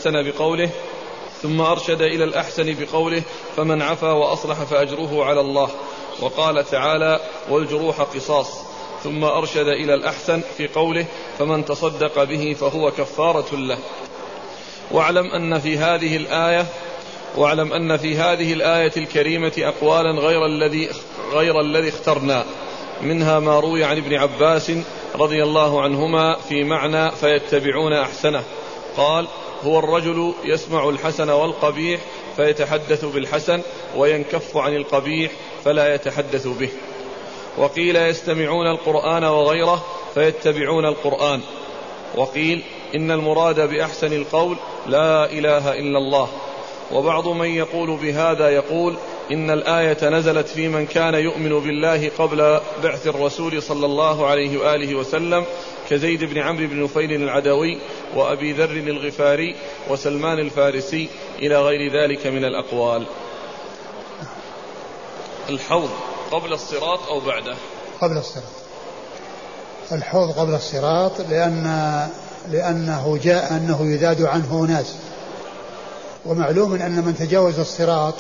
إلى الأحسن بقوله فمن عفا وأصلح فأجره على الله. وقال تعالى: والجروح قصاص، ثم أرشد إلى الأحسن في قوله فمن تصدق به فهو كفارة له. واعلم أن في هذه الآية الكريمة أقوالا غير الذي اخترنا، منها ما روي عن ابن عباس رضي الله عنهما في معنى فيتبعون أحسنه، قال: هو الرجل يسمع الحسن والقبيح فيتحدث بالحسن وينكف عن القبيح فلا يتحدث به. وقيل يستمعون القرآن وغيره فيتبعون القرآن. وقيل إن المراد بأحسن القول لا إله إلا الله. وبعض من يقول بهذا يقول إن الآية نزلت في من كان يؤمن بالله قبل بعث الرسول صلى الله عليه وآله وسلم كزيد بن عمرو بن نفيل العدوي وأبي ذر الغفاري وسلمان الفارسي إلى غير ذلك من الأقوال. الحوض قبل الصراط أو بعده؟ قبل الصراط. الحوض قبل الصراط لأنه جاء أنه يذاد عنه ناس، ومعلوم أن من تجاوز الصراط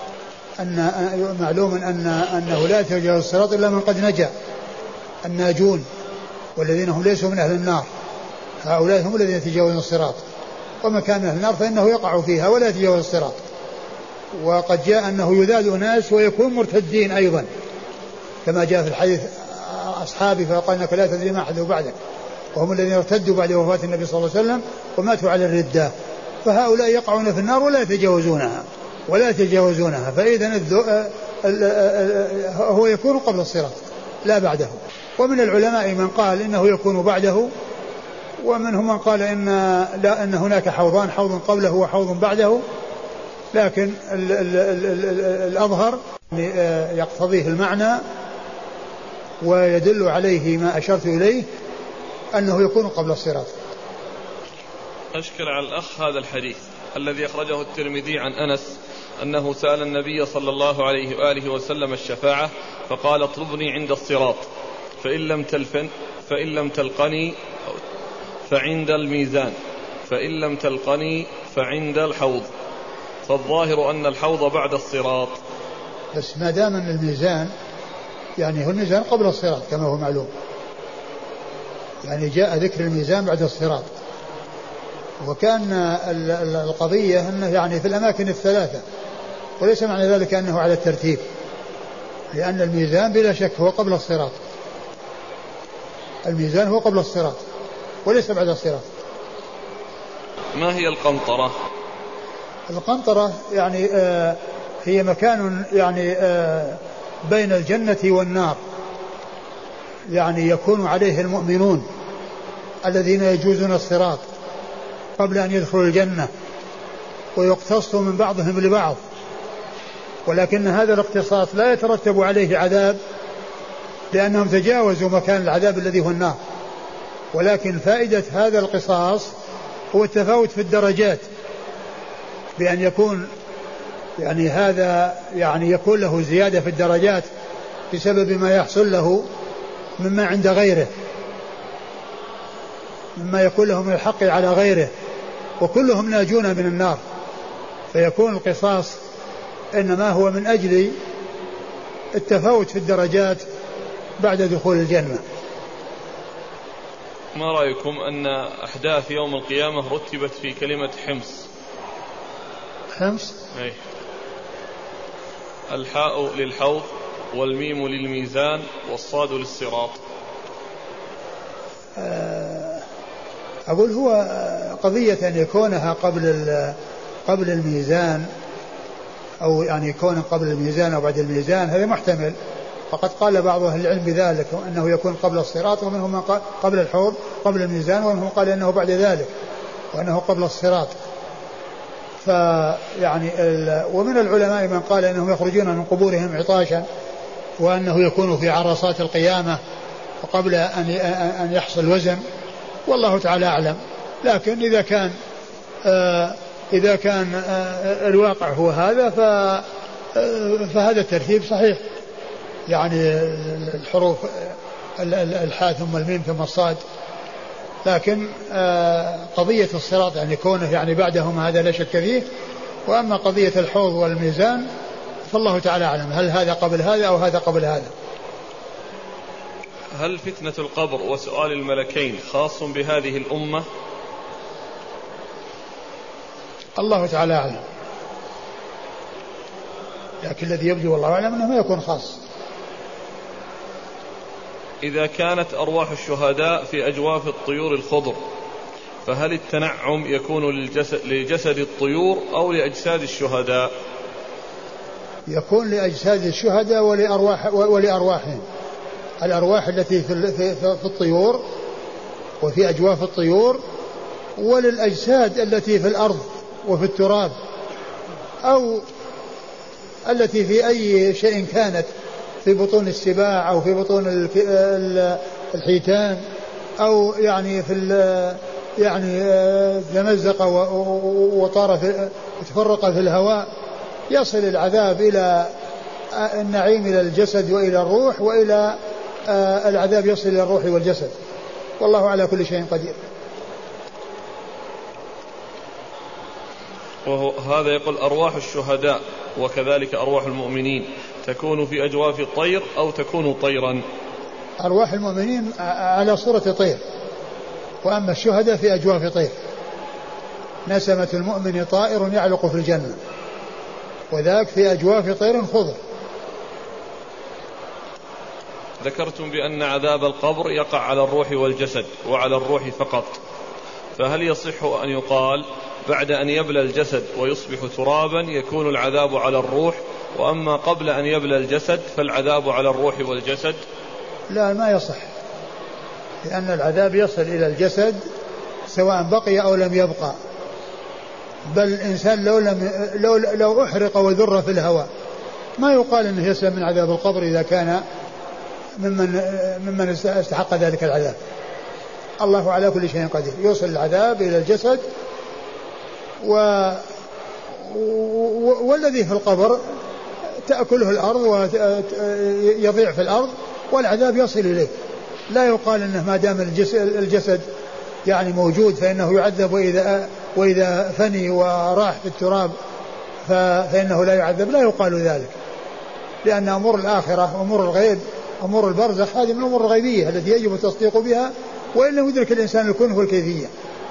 معلوم أنه لا يتجاوز الصراط إلا من قد نجا، الناجون والذين هم ليسوا من أهل النار، هؤلاء هم الذين يتجاوزون الصراط، ومن كان من أهل النار فإنه يقع فيها ولا يتجاوز الصراط. وقد جاء أنه يذاد ناس ويكون مرتدين أيضا كما جاء في الحديث أصحابي فقال إنك لا تدري ما أحدث بعدك، وهم الذين ارتدوا بعد وفاة النبي صلى الله عليه وسلم وماتوا على الردة، فهؤلاء يقعون في النار ولا يتجاوزونها فإذا هو يكون قبل الصراط لا بعده. ومن العلماء من قال إنه يكون بعده، ومنهم من قال أن هناك حوضان، حوض قبله وحوض بعده، لكن الأظهر يقتضيه المعنى ويدل عليه ما أشرت إليه أنه يكون قبل الصراط. أشكل على الأخ هذا الحديث الذي أخرجه الترمذي عن أنس أنه سأل النبي صلى الله عليه وآله وسلم الشفاعة فقال اطلبني عند الصراط فإن لم تلقني فعند الميزان فإن لم تلقني فعند الحوض، فالظاهر أن الحوض بعد الصراط. بس ما دام أن الميزان يعني هو الميزان قبل الصراط كما هو معلوم، يعني جاء ذكر الميزان بعد الصراط، وكان القضية أنه يعني في الأماكن الثلاثة، وليس معنى ذلك أنه على الترتيب، لأن الميزان بلا شك هو قبل الصراط، الميزان هو قبل الصراط وليس بعد الصراط. ما هي القنطرة؟ القنطرة يعني هي مكان يعني بين الجنة والنار، يعني يكون عليه المؤمنون الذين يجوزون الصراط قبل أن يدخلوا الجنة ويقتص من بعضهم لبعض، ولكن هذا الاقتصاص لا يترتب عليه عذاب لأنهم تجاوزوا مكان العذاب الذي هو النار، ولكن فائدة هذا القصاص هو التفاوت في الدرجات، بأن يكون يعني هذا يعني يكون له زيادة في الدرجات بسبب ما يحصل له مما عند غيره، مما يكون له من الحق على غيره، وكلهم ناجون من النار، فيكون القصاص إنما هو من أجل التفاوت في الدرجات بعد دخول الجنة. ما رأيكم أن أحداث يوم القيامة رتبت في كلمة حمص؟ حمص؟ أي. الحاء للحوض والميم للميزان والصاد للصراط. أقول هو قضية أن يكونها قبل الميزان، أو يعني يكون قبل الميزان أو بعد الميزان، هذا محتمل، فقد قال بعض أهل العلم بذلك أنه يكون قبل الصراط، ومنهم من قال قبل الحوض قبل الميزان، ومنهم قال أنه بعد ذلك وأنه قبل الصراط. فيعني ومن العلماء من قال أنهم يخرجون من قبورهم عطاشا، وأنه يكون في عرصات القيامة وقبل أن يحصل وزن، والله تعالى أعلم. لكن إذا كان الواقع هو هذا فهذا الترتيب صحيح، يعني الحروف الحاء ثم الميم ثم الصاد، لكن قضية الصراط يعني كونه يعني بعدهم هذا لا شك فيه. وأما قضية الحوض والميزان فالله تعالى أعلم، هل هذا قبل هذا أو هذا قبل هذا. هل فتنة القبر وسؤال الملكين خاص بهذه الأمة؟ الله تعالى أعلم، لكن الذي يبدو والله أعلم أنه ما يكون خاص. إذا كانت أرواح الشهداء في أجواف الطيور الخضر، فهل التنعم يكون لجسد الطيور أو لأجساد الشهداء؟ يكون لأجساد الشهداء ولأرواحهم، الأرواح التي في الطيور وفي أجواف الطيور، وللأجساد التي في الأرض وفي التراب، التي في أي شيء كانت، في بطون السباع أو في بطون الحيتان، أو يعني يعني تمزق وطار تفرق في الهواء، يصل العذاب إلى النعيم إلى الجسد وإلى الروح، وإلى العذاب يصل إلى الروح والجسد، والله على كل شيء قدير. وهذا يقول أرواح الشهداء وكذلك أرواح المؤمنين تكون في أجواف الطير أو تكون طيرا؟ أرواح المؤمنين على صورة طير، وأما الشهداء في أجواف طير. نسمة المؤمن طائر يعلق في الجنة، وذاك في أجواف طير خضر. ذكرتم بأن عذاب القبر يقع على الروح والجسد وعلى الروح فقط، فهل يصح أن يقال بعد أن يبلى الجسد ويصبح ترابا يكون العذاب على الروح، وأما قبل أن يبلى الجسد فالعذاب على الروح والجسد؟ لا، ما يصح، لأن العذاب يصل إلى الجسد سواء بقي أو لم يبقى، بل الإنسان لو أحرق وذر في الهواء ما يقال أنه يسلم من عذاب القبر إذا كان ممن استحق ذلك العذاب. الله على كل شيء قدير. يوصل العذاب إلى الجسد والذي في القبر تأكله الأرض ويضيع في الأرض والعذاب يصل إليه. لا يقال أنه ما دام الجسد يعني موجود فإنه يعذب، وإذا فني وراح في التراب فإنه لا يعذب. لا يقال ذلك، لأن أمور الآخرة أمور الغيب أمور البرزخ هذه من الأمور الغيبية التي يجب التصديق بها، وإن لم يدرك الإنسان الكنه والكيفية.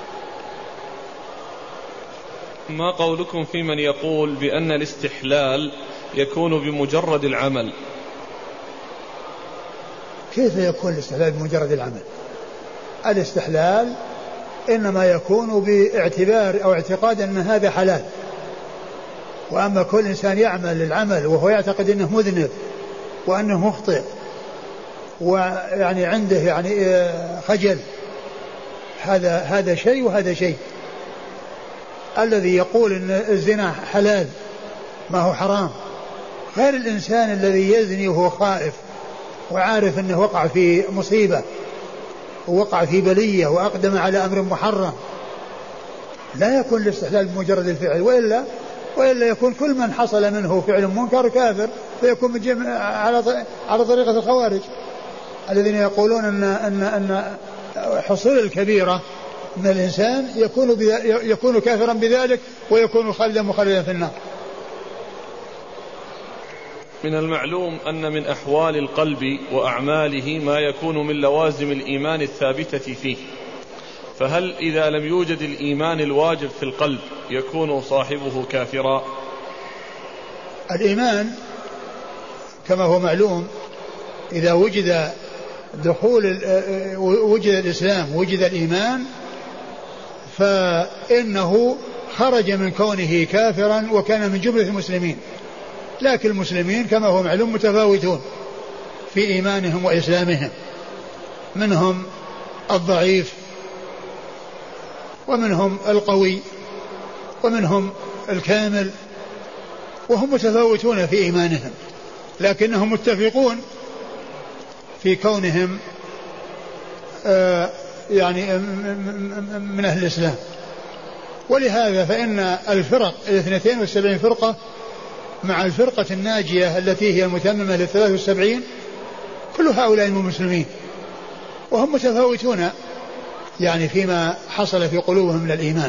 ما قولكم في من يقول بأن الاستحلال يكون بمجرد العمل؟ كيف يكون الاستحلال بمجرد العمل؟ الاستحلال إنما يكون باعتبار أو اعتقاد أن هذا حلال، وأما كل إنسان يعمل العمل وهو يعتقد أنه مذنب وأنه مخطئ ويعني عنده يعني خجل، هذا شيء وهذا شيء. الذي يقول أن الزنا حلال ما هو حرام غير الإنسان الذي يزني وهو خائف وعارف أنه وقع في مصيبة ووقع في بلية وأقدم على أمر محرم. لا يكون الاستحلال بمجرد الفعل، وإلا يكون كل من حصل منه فعل منكر كافر، فيكون على طريقة الخوارج الذين يقولون أن حصول الكبيرة من الإنسان يكون كافرا بذلك ويكون خالدا مخلدا في النار. من المعلوم أن من أحوال القلب وأعماله ما يكون من لوازم الإيمان الثابتة فيه، فهل إذا لم يوجد الإيمان الواجب في القلب يكون صاحبه كافرا؟ الإيمان كما هو معلوم إذا وجد وجد الإسلام وجد الإيمان فإنه خرج من كونه كافرا وكان من جملة المسلمين. لكن المسلمين كما هو معلوم متفاوتون في إيمانهم وإسلامهم، منهم الضعيف ومنهم القوي ومنهم الكامل، وهم متفاوتون في إيمانهم، لكنهم متفقون في كونهم يعني من أهل الإسلام. ولهذا فإن الفرق 72 فرقة مع الفرقة الناجية التي هي المتممة 73 كل هؤلاء من المسلمين، وهم متفاوتون يعني فيما حصل في قلوبهم من الإيمان.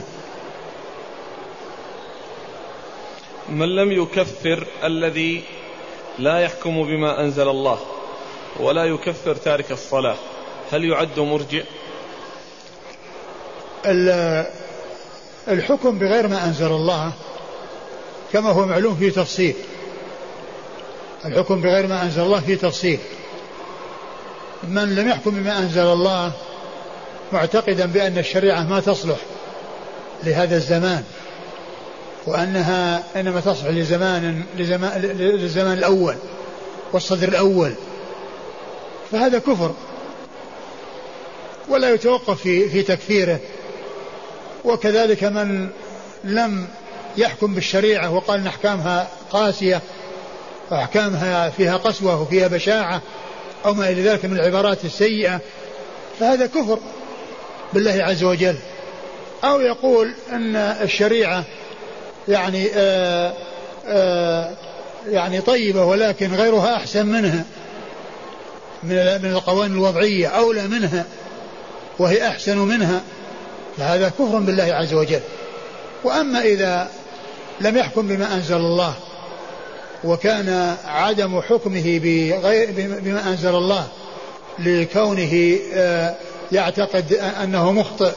من لم يكفر الذي لا يحكم بما أنزل الله ولا يكفر تارك الصلاة هل يعد مرجئ؟ الحكم بغير ما أنزل الله كما هو معلوم في تفصيل. الحكم بغير ما أنزل الله في تفصيل. من لم يحكم بما أنزل الله معتقدا بأن الشريعة ما تصلح لهذا الزمان وأنها إنما تصلح للزمان الأول والصدر الأول، فهذا كفر ولا يتوقف في تكفيره. وكذلك من لم يحكم بالشريعة وقال إن أحكامها قاسية وأحكامها فيها قسوة وفيها بشاعة أو ما إلى ذلك من العبارات السيئة، فهذا كفر بالله عز وجل. أو يقول أن الشريعة يعني يعني طيبة ولكن غيرها أحسن منها من القوانين الوضعية، أولى منها وهي أحسن منها، فهذا كفر بالله عز وجل. وأما إذا لم يحكم بما أنزل الله وكان عدم حكمه بما أنزل الله لكونه يعتقد أنه مخطئ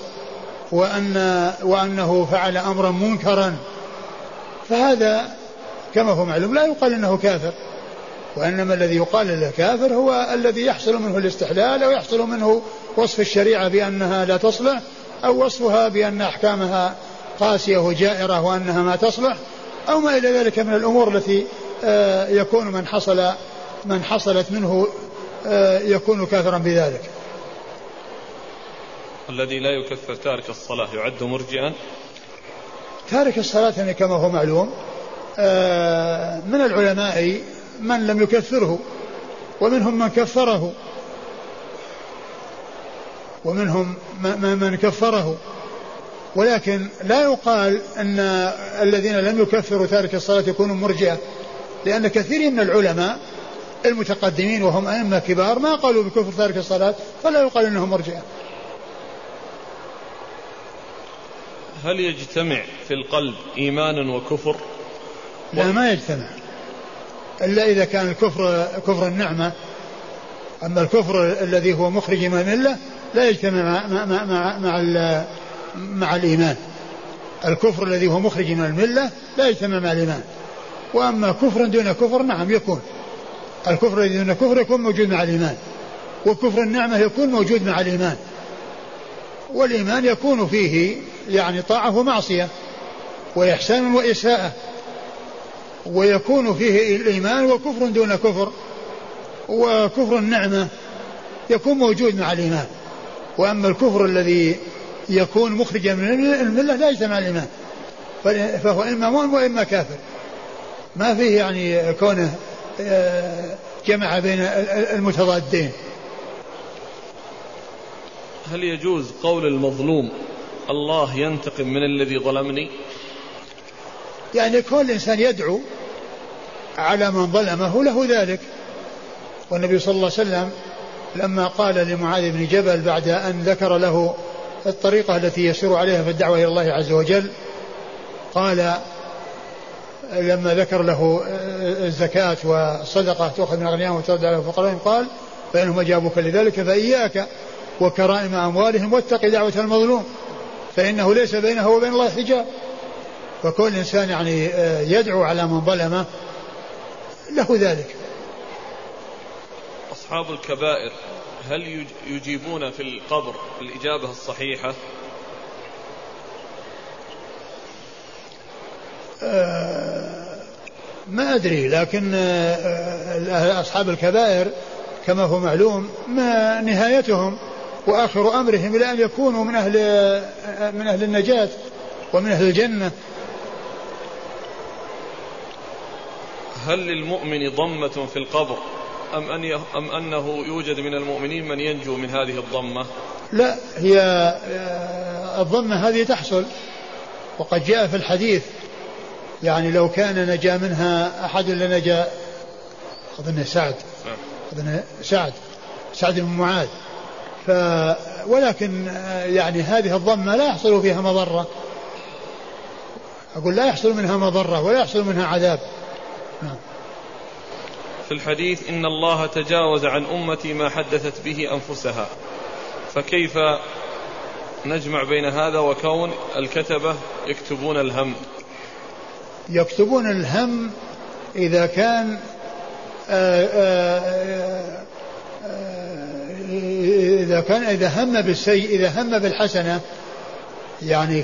وأنه فعل أمرا منكرا، فهذا كما هو معلوم لا يقال أنه كافر، وإنما الذي يقال له كافر هو الذي يحصل منه الاستحلال أو يحصل منه وصف الشريعة بأنها لا تصلح، أو وصفها بأن أحكامها قاسية وجائرة وأنها ما تصلح، أو ما إلى ذلك من الأمور التي يكون من حصلت منه يكون كافرا بذلك. الذي لا يكفر تارك الصلاة يعد مرجئا؟ تارك الصلاة يعني كما هو معلوم من العلماء من لم يكفره، ومنهم من كفره، ومنهم من كفره، ولكن لا يقال أن الذين لم يكفروا تارك الصلاة يكونوا مرجئة، لأن كثير من العلماء المتقدمين وهم أئمة كبار ما قالوا بكفر تارك الصلاة، فلا يقال أنهم مرجئة. هل يجتمع في القلب إيمان وكفر؟ لا، ما يجتمع إلا إذا كان الكفر كفر النعمة. أما الكفر الذي هو مخرج من الملة لا يجتمع مع الإيمان. الكفر الذي هو مخرج من الملة لا يجتمع مع الإيمان. وأما كفر دون كفر نعم يكون، الكفر الذي دون كفر يكون موجود مع الإيمان، وكفر النعمة يكون موجود مع الإيمان. والإيمان يكون فيه يعني طاعة ومعصية وإحسان وإساءة، ويكون فيه الإيمان وكفر دون كفر، وكفر النعمة يكون موجود مع الإيمان. وأما الكفر الذي يكون مخرجا من الملة لا يجتمع الإيمان، فهو إما مؤمن وإما كافر، ما فيه يعني كونه جمع بين المتضادين. هل يجوز قول المظلوم الله ينتقم من الذي ظلمني؟ يعني كل إنسان يدعو على من ظلمه له ذلك. والنبي صلى الله عليه وسلم لما قال لمعاذ بن جبل بعد أن ذكر له الطريقة التي يسير عليها في الدعوة إلى الله عز وجل، قال لما ذكر له الزكاة والصدقة تأخذ من أغنيائهم وترد على الفقراء، قال فإنهم أجابوك لذلك فإياك وكرائم أموالهم واتق دعوة المظلوم فإنه ليس بينه وبين الله حجاب. فكل إنسان يعني يدعو على من ظلمه له ذلك. أصحاب الكبائر هل يجيبون في القبر الإجابة الصحيحة؟ ما أدري، لكن أصحاب الكبائر كما هو معلوم ما نهايتهم وآخر أمرهم إلى أن يكونوا من أهل النجاة ومن أهل الجنة. هل للمؤمن ضمة في القبر أم أنه يوجد من المؤمنين من ينجو من هذه الضمة؟ لا، هي الضمة هذه تحصل، وقد جاء في الحديث يعني لو كان نجا منها أحد لنجا أظن سعد بن معاذ. ولكن يعني هذه الضمة لا يحصل فيها مضرة، أقول لا يحصل منها مضرة ولا يحصل منها عذاب. في الحديث إن الله تجاوز عن أمتي ما حدثت به أنفسها، فكيف نجمع بين هذا وكون الكتبة يكتبون الهم؟ يكتبون الهم إذا كان إذا هم بالسيء، إذا هم بالحسنة يعني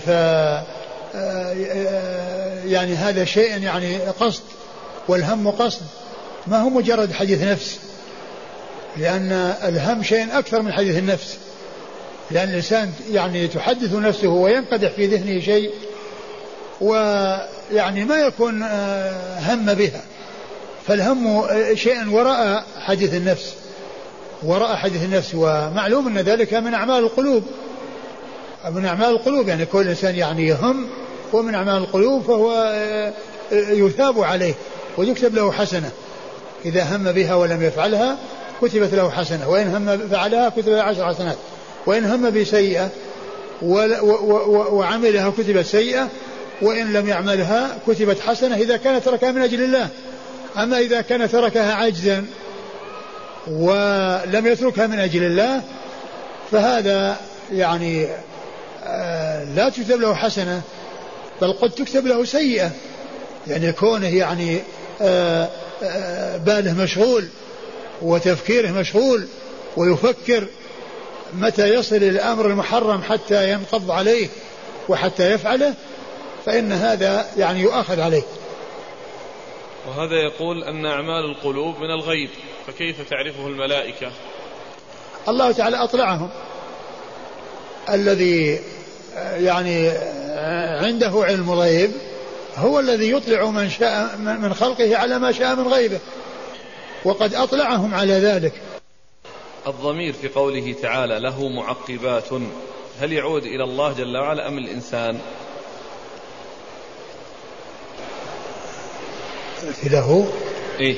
يعني هذا شيء يعني قصد، والهم قصد ما هو مجرد حديث نفس، لأن الهم شيء أكثر من حديث النفس، لأن الإنسان يعني تحدث نفسه وينقدح في ذهنه شيء ويعني ما يكون هم بها، فالهم شيء وراء حديث النفس، وراء حديث النفس. ومعلوم أن ذلك من أعمال القلوب، من أعمال القلوب، يعني كل إنسان يعني يهم ومن أعمال القلوب، فهو يثاب عليه ويكتب له حسنة. إذا هم بها ولم يفعلها كتبت له حسنة، وإن هم فعلها كتب له 10 حسنات، وإن هم بسيئة وعملها كتبت سيئة، وإن لم يعملها كتبت حسنة إذا كان تركها من أجل الله. أما إذا كان تركها عجزا ولم يتركها من أجل الله فهذا يعني لا تكتب له حسنة، بل قد تكتب له سيئة، يعني كونه يعني باله مشغول وتفكيره مشغول ويفكر متى يصل الأمر المحرم حتى ينقض عليه وحتى يفعله، فإن هذا يعني يؤاخذ عليه. وهذا يقول أن أعمال القلوب من الغيب، فكيف تعرفه الملائكة؟ الله تعالى أطلعهم، الذي يعني عنده علم الغيب هو الذي يطلع من شاء من خلقه على ما شاء من غيبه، وقد أطلعهم على ذلك. الضمير في قوله تعالى له معقبات، هل يعود إلى الله جل وعلا أم الإنسان؟ في له إيه؟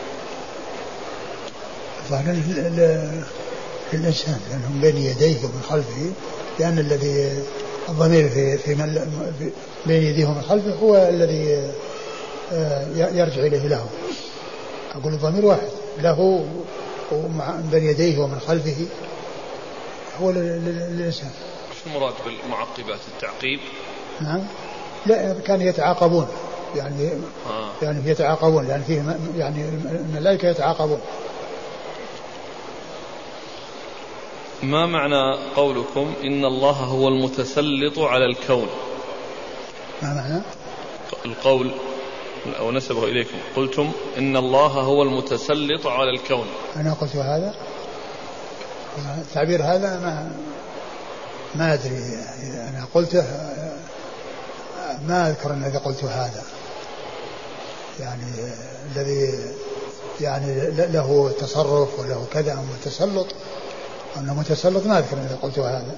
الإنسان لأنهم بين يديه ومن خلفه، لأن الذي الضمير في بين يديه ومن خلفه هو الذي يرجع إليه له. أقول الضمير واحد، له بين يديه ومن خلفه هو للإنسان. شو المراد بالمعقبات؟ التعقيب؟ نعم، لا كانوا يتعاقبون، يعني يتعاقبون، يعني فيه يعني الملائكة يتعاقبون. ما معنى قولكم إن الله هو المتسلط على الكون؟ ما معنى القول أو نسبه إليكم؟ قلتم إن الله هو المتسلط على الكون. أنا قلت هذا، التعبير هذا ما أدري، أنا قلته، ما أذكر أني قلت هذا، يعني الذي يعني له تصرف وله كذا أو متسلط، أنه متسلط، ما أذكر أني قلت هذا.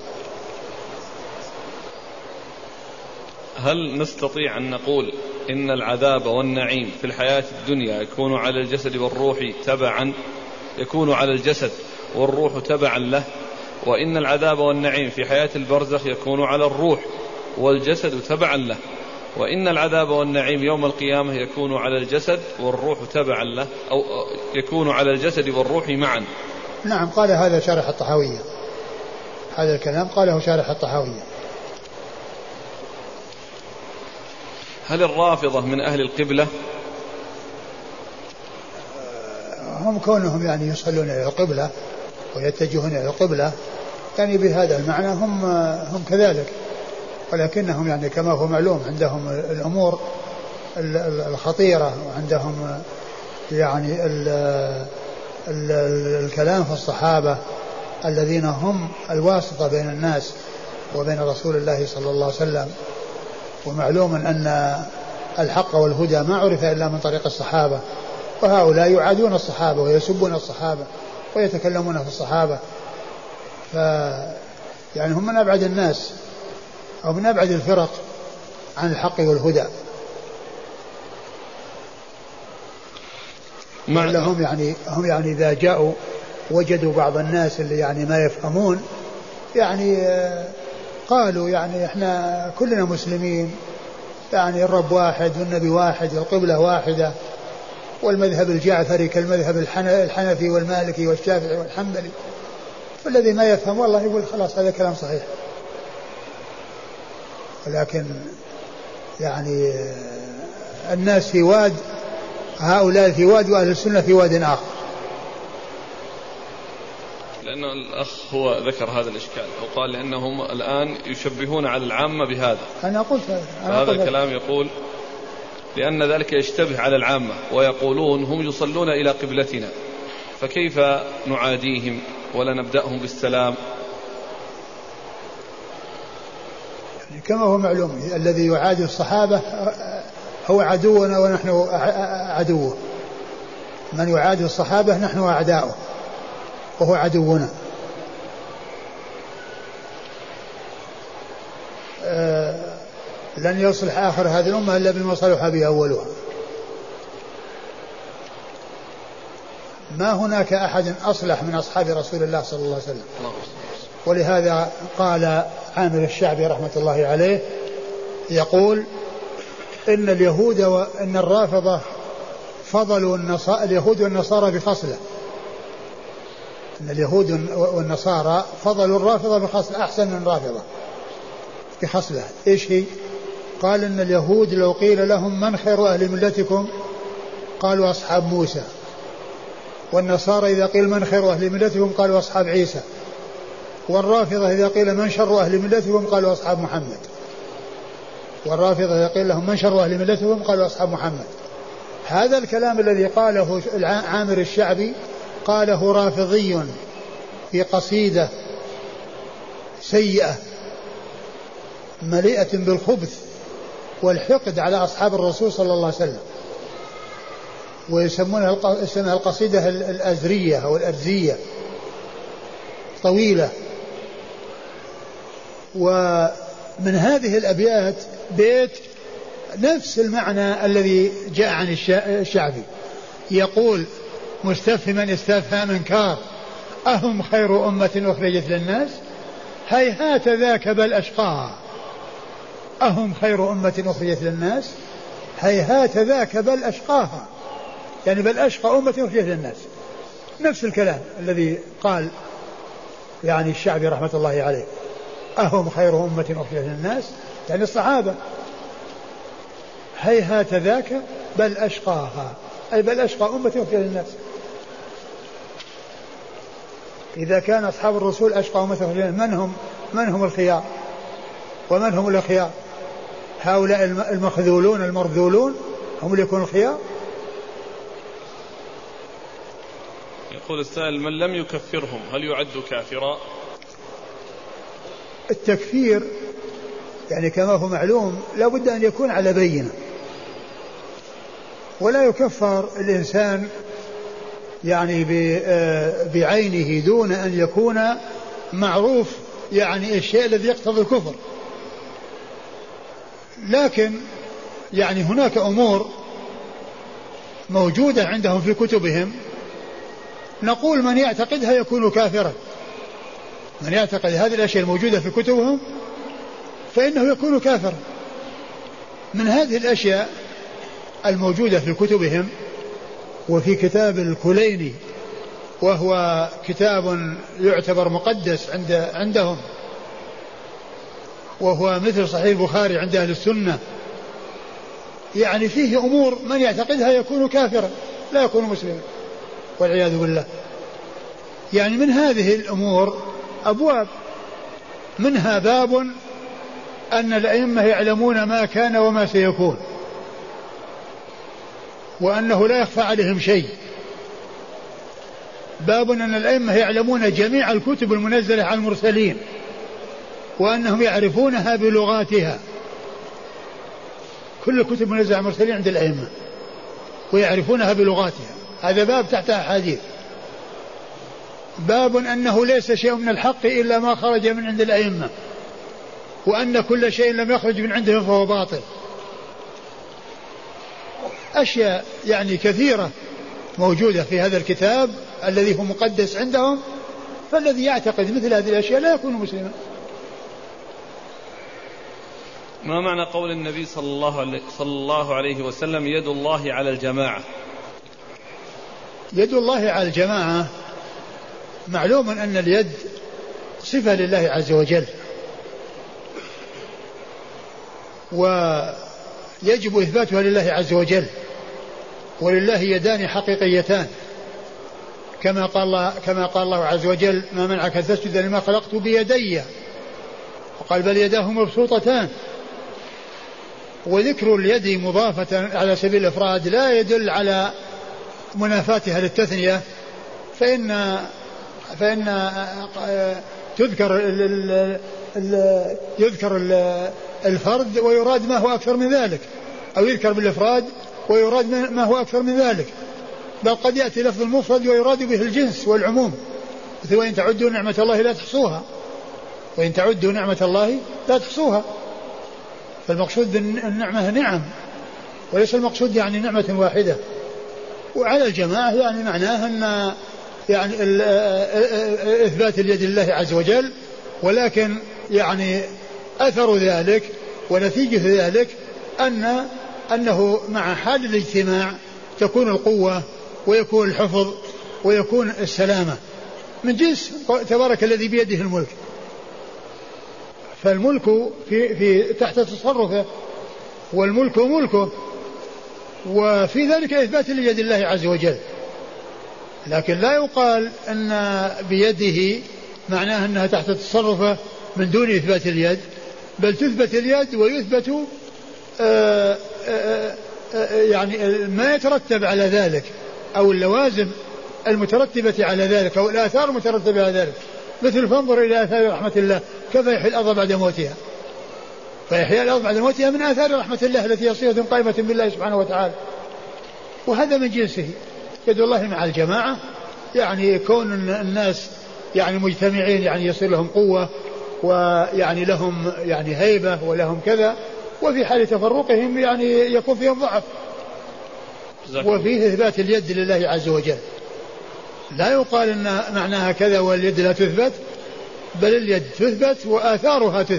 هل نستطيع أن نقول إن العذاب والنعيم في الحياة الدنيا يكون على الجسد والروح تبعا، يكون على الجسد والروح تبعا له، وإن العذاب والنعيم في حياة البرزخ يكون على الروح والجسد تبعا له، وإن العذاب والنعيم يوم القيامة يكون على الجسد والروح تبعا له، أو يكون على الجسد والروح معا؟ نعم، قال هذا شارح الطحاوية، هذا الكلام قاله شارح الطحاوية. هل الرافضة من أهل القبلة؟ هم كونهم يعني يصلون إلى القبلة ويتجهون إلى القبلة، يعني بهذا المعنى هم كذلك، ولكنهم يعني كما هو معلوم عندهم الأمور الخطيرة، وعندهم يعني الكلام في الصحابة الذين هم الواسطة بين الناس وبين رسول الله صلى الله عليه وسلم. ومعلوم أن الحق والهدى ما عرف إلا من طريق الصحابة، وهؤلاء يعادون الصحابة ويسبون الصحابة ويتكلمون في الصحابة، يعني هم من أبعد الناس أو من أبعد الفرق عن الحق والهدى. لهم يعني هم يعني إذا جاءوا وجدوا بعض الناس اللي يعني ما يفهمون، يعني قالوا يعني احنا كلنا مسلمين، يعني الرب واحد والنبي واحد والقبلة واحدة، والمذهب الجعفري كالمذهب الحنفي والمالكي والشافعي والحنبلي. فالذي ما يفهم والله يقول خلاص هذا كلام صحيح، ولكن يعني الناس في واد، هؤلاء في واد وأهل السنة في واد آخر. لأن الأخ هو ذكر هذا الإشكال وقال لأنهم الآن يشبهون على العامة بهذا. أنا قلت هذا الكلام يقول لأن ذلك يشتبه على العامة، ويقولون هم يصلون إلى قبلتنا، فكيف نعاديهم ولا نبدأهم بالسلام؟ يعني كما هو معلوم الذي يعادي الصحابة هو عدونا ونحن عدوه، من يعادي الصحابة نحن أعداؤه وهو عدونا. لن يصلح آخر هذه الأمة إلا بما صلح به أولها. ما هناك أحد أصلح من أصحاب رسول الله صلى الله عليه وسلم. ولهذا قال عامر الشعبي رحمة الله عليه يقول إن اليهود وإن الرافضة فضلوا اليهود والنصارى بخصلة. إن اليهود والنصارى فضلوا الرافضة بخصلة أحسن من الرافضة بخصلة. إيش هي؟ قال إن اليهود لو قيل لهم من خير أهل ملتكم قالوا أصحاب موسى، والنصارى إذا قيل من خير أهل ملتكم قالوا أصحاب عيسى، والرافضة إذا قيل من شر أهل ملتكم قالوا أصحاب محمد. والرافضة إذا قيل لهم من شر أهل ملتكم قالوا أصحاب محمد. هذا الكلام الذي قاله عامر الشعبي قاله رافضي في قصيدة سيئة مليئة بالخبث والحقد على أصحاب الرسول صلى الله عليه وسلم، ويسمونها القصيدة الأزرية أو الأرزية، طويلة. ومن هذه الأبيات بيت نفس المعنى الذي جاء عن الشعبي، يقول مستفهما استفهام انكار أهم خير أمة أخرجت للناس هيهات ذاك بل أشقاها. أهم خير أمة أخرجت للناس هيهات ذاك بل أشقاها، يعني بل أشقى أمة أخرجت للناس. نفس الكلام الذي قال يعني الشعبي رحمة الله عليه، أهم خير أمة أخرجت للناس يعني الصحابة، هيهات ذاك بل أشقاها أي بل أشقى أمة أخرجت للناس. إذا كان أصحاب الرسول أشقى أمة أخرجت للناس من هم الخيار ومن هم الأخيار؟ هؤلاء المخذولون المرذولون هم اللي يكونوا الخيار. يقول السائل من لم يكفرهم هل يعد كافرا؟ التكفير يعني كما هو معلوم لا بد أن يكون على بينة، ولا يكفر الإنسان يعني بعينه دون أن يكون معروف يعني الشيء الذي يقتضي الكفر. لكن يعني هناك أمور موجودة عندهم في كتبهم نقول من يعتقدها يكون كافرا. من يعتقد هذه الأشياء الموجودة في كتبهم فإنه يكون كافرا. من هذه الأشياء الموجودة في كتبهم وفي كتاب الكليني، وهو كتاب يعتبر مقدس عندهم، وهو مثل صحيح البخاري عند أهل السنة، يعني فيه أمور من يعتقدها يكون كافرا لا يكون مسلما والعياذ بالله. يعني من هذه الأمور أبواب، منها باب أن الأئمة يعلمون ما كان وما سيكون وأنه لا يخفى عليهم شيء. باب أن الأئمة يعلمون جميع الكتب المنزلة على المرسلين وأنهم يعرفونها بلغاتها. كل الكتب المنزلة على المرسلين عند الأئمة ويعرفونها بلغاتها، هذا باب تحت أحاديث. باب أنه ليس شيء من الحق إلا ما خرج من عند الأئمة، وأن كل شيء لم يخرج من عندهم فهو باطل. أشياء يعني كثيرة موجودة في هذا الكتاب الذي هو مقدس عندهم، فالذي يعتقد مثل هذه الأشياء لا يكون مسلما. ما معنى قول النبي صلى الله عليه وسلم يد الله على الجماعة؟ يد الله على الجماعة معلوم أن اليد صفة لله عز وجل، ويجب إثباتها لله عز وجل، ولله يدان حقيقيتان كما قال الله عز وجل ما منعك أن تسجد لما خلقت بيدي، وقال بل يداه مبسوطتان. وذكر اليد مضافة على سبيل الإفراد لا يدل على منافاتها للتثنية، فإن يذكر الفرد ويراد ما هو أكثر من ذلك، أو يذكر بالإفراد ويراد ما هو أكثر من ذلك. بل قد يأتي لفظ المفرد ويراد به الجنس والعموم، مثل وإن تعدوا نعمة الله لا تحصوها، وإن تعدوا نعمة الله لا تحصوها. فالمقصود النعمة نعم، وليس المقصود يعني نعمة واحدة. وعلى الجماعة يعني معناه أن يعني إثبات اليد لله عز وجل، ولكن يعني أثر ذلك ونتيجة ذلك أنه مع حال الاجتماع تكون القوة ويكون الحفظ ويكون السلامة من جنس تبارك الذي بيده الملك. فالملك في تحت تصرفه، والملك ملكه، وفي ذلك إثبات ليد الله عز وجل. لكن لا يقال أن بيده معناه أنها تحت تصرفه من دون إثبات اليد، بل تثبت اليد ويثبت يعني ما يترتب على ذلك أو اللوازم المترتبة على ذلك أو الآثار المترتبة على ذلك. مثل فانظر إلى آثار رحمة الله كيف يحيي الأرض بعد موتها، فيحيي الأرض بعد موتها من آثار رحمة الله التي هي صلة قائمة بالله سبحانه وتعالى. وهذا من جنسه يد الله مع الجماعة، يعني كون الناس يعني مجتمعين يعني يصير لهم قوة ويعني لهم يعني هيبة ولهم كذا، وفي حال تفرقهم يعني يكون فيهم ضعف. وفيه إثبات اليد لله عز وجل، لا يقال أن معناها كذا واليد لا تثبت، بل اليد تثبت وآثارها تثبت.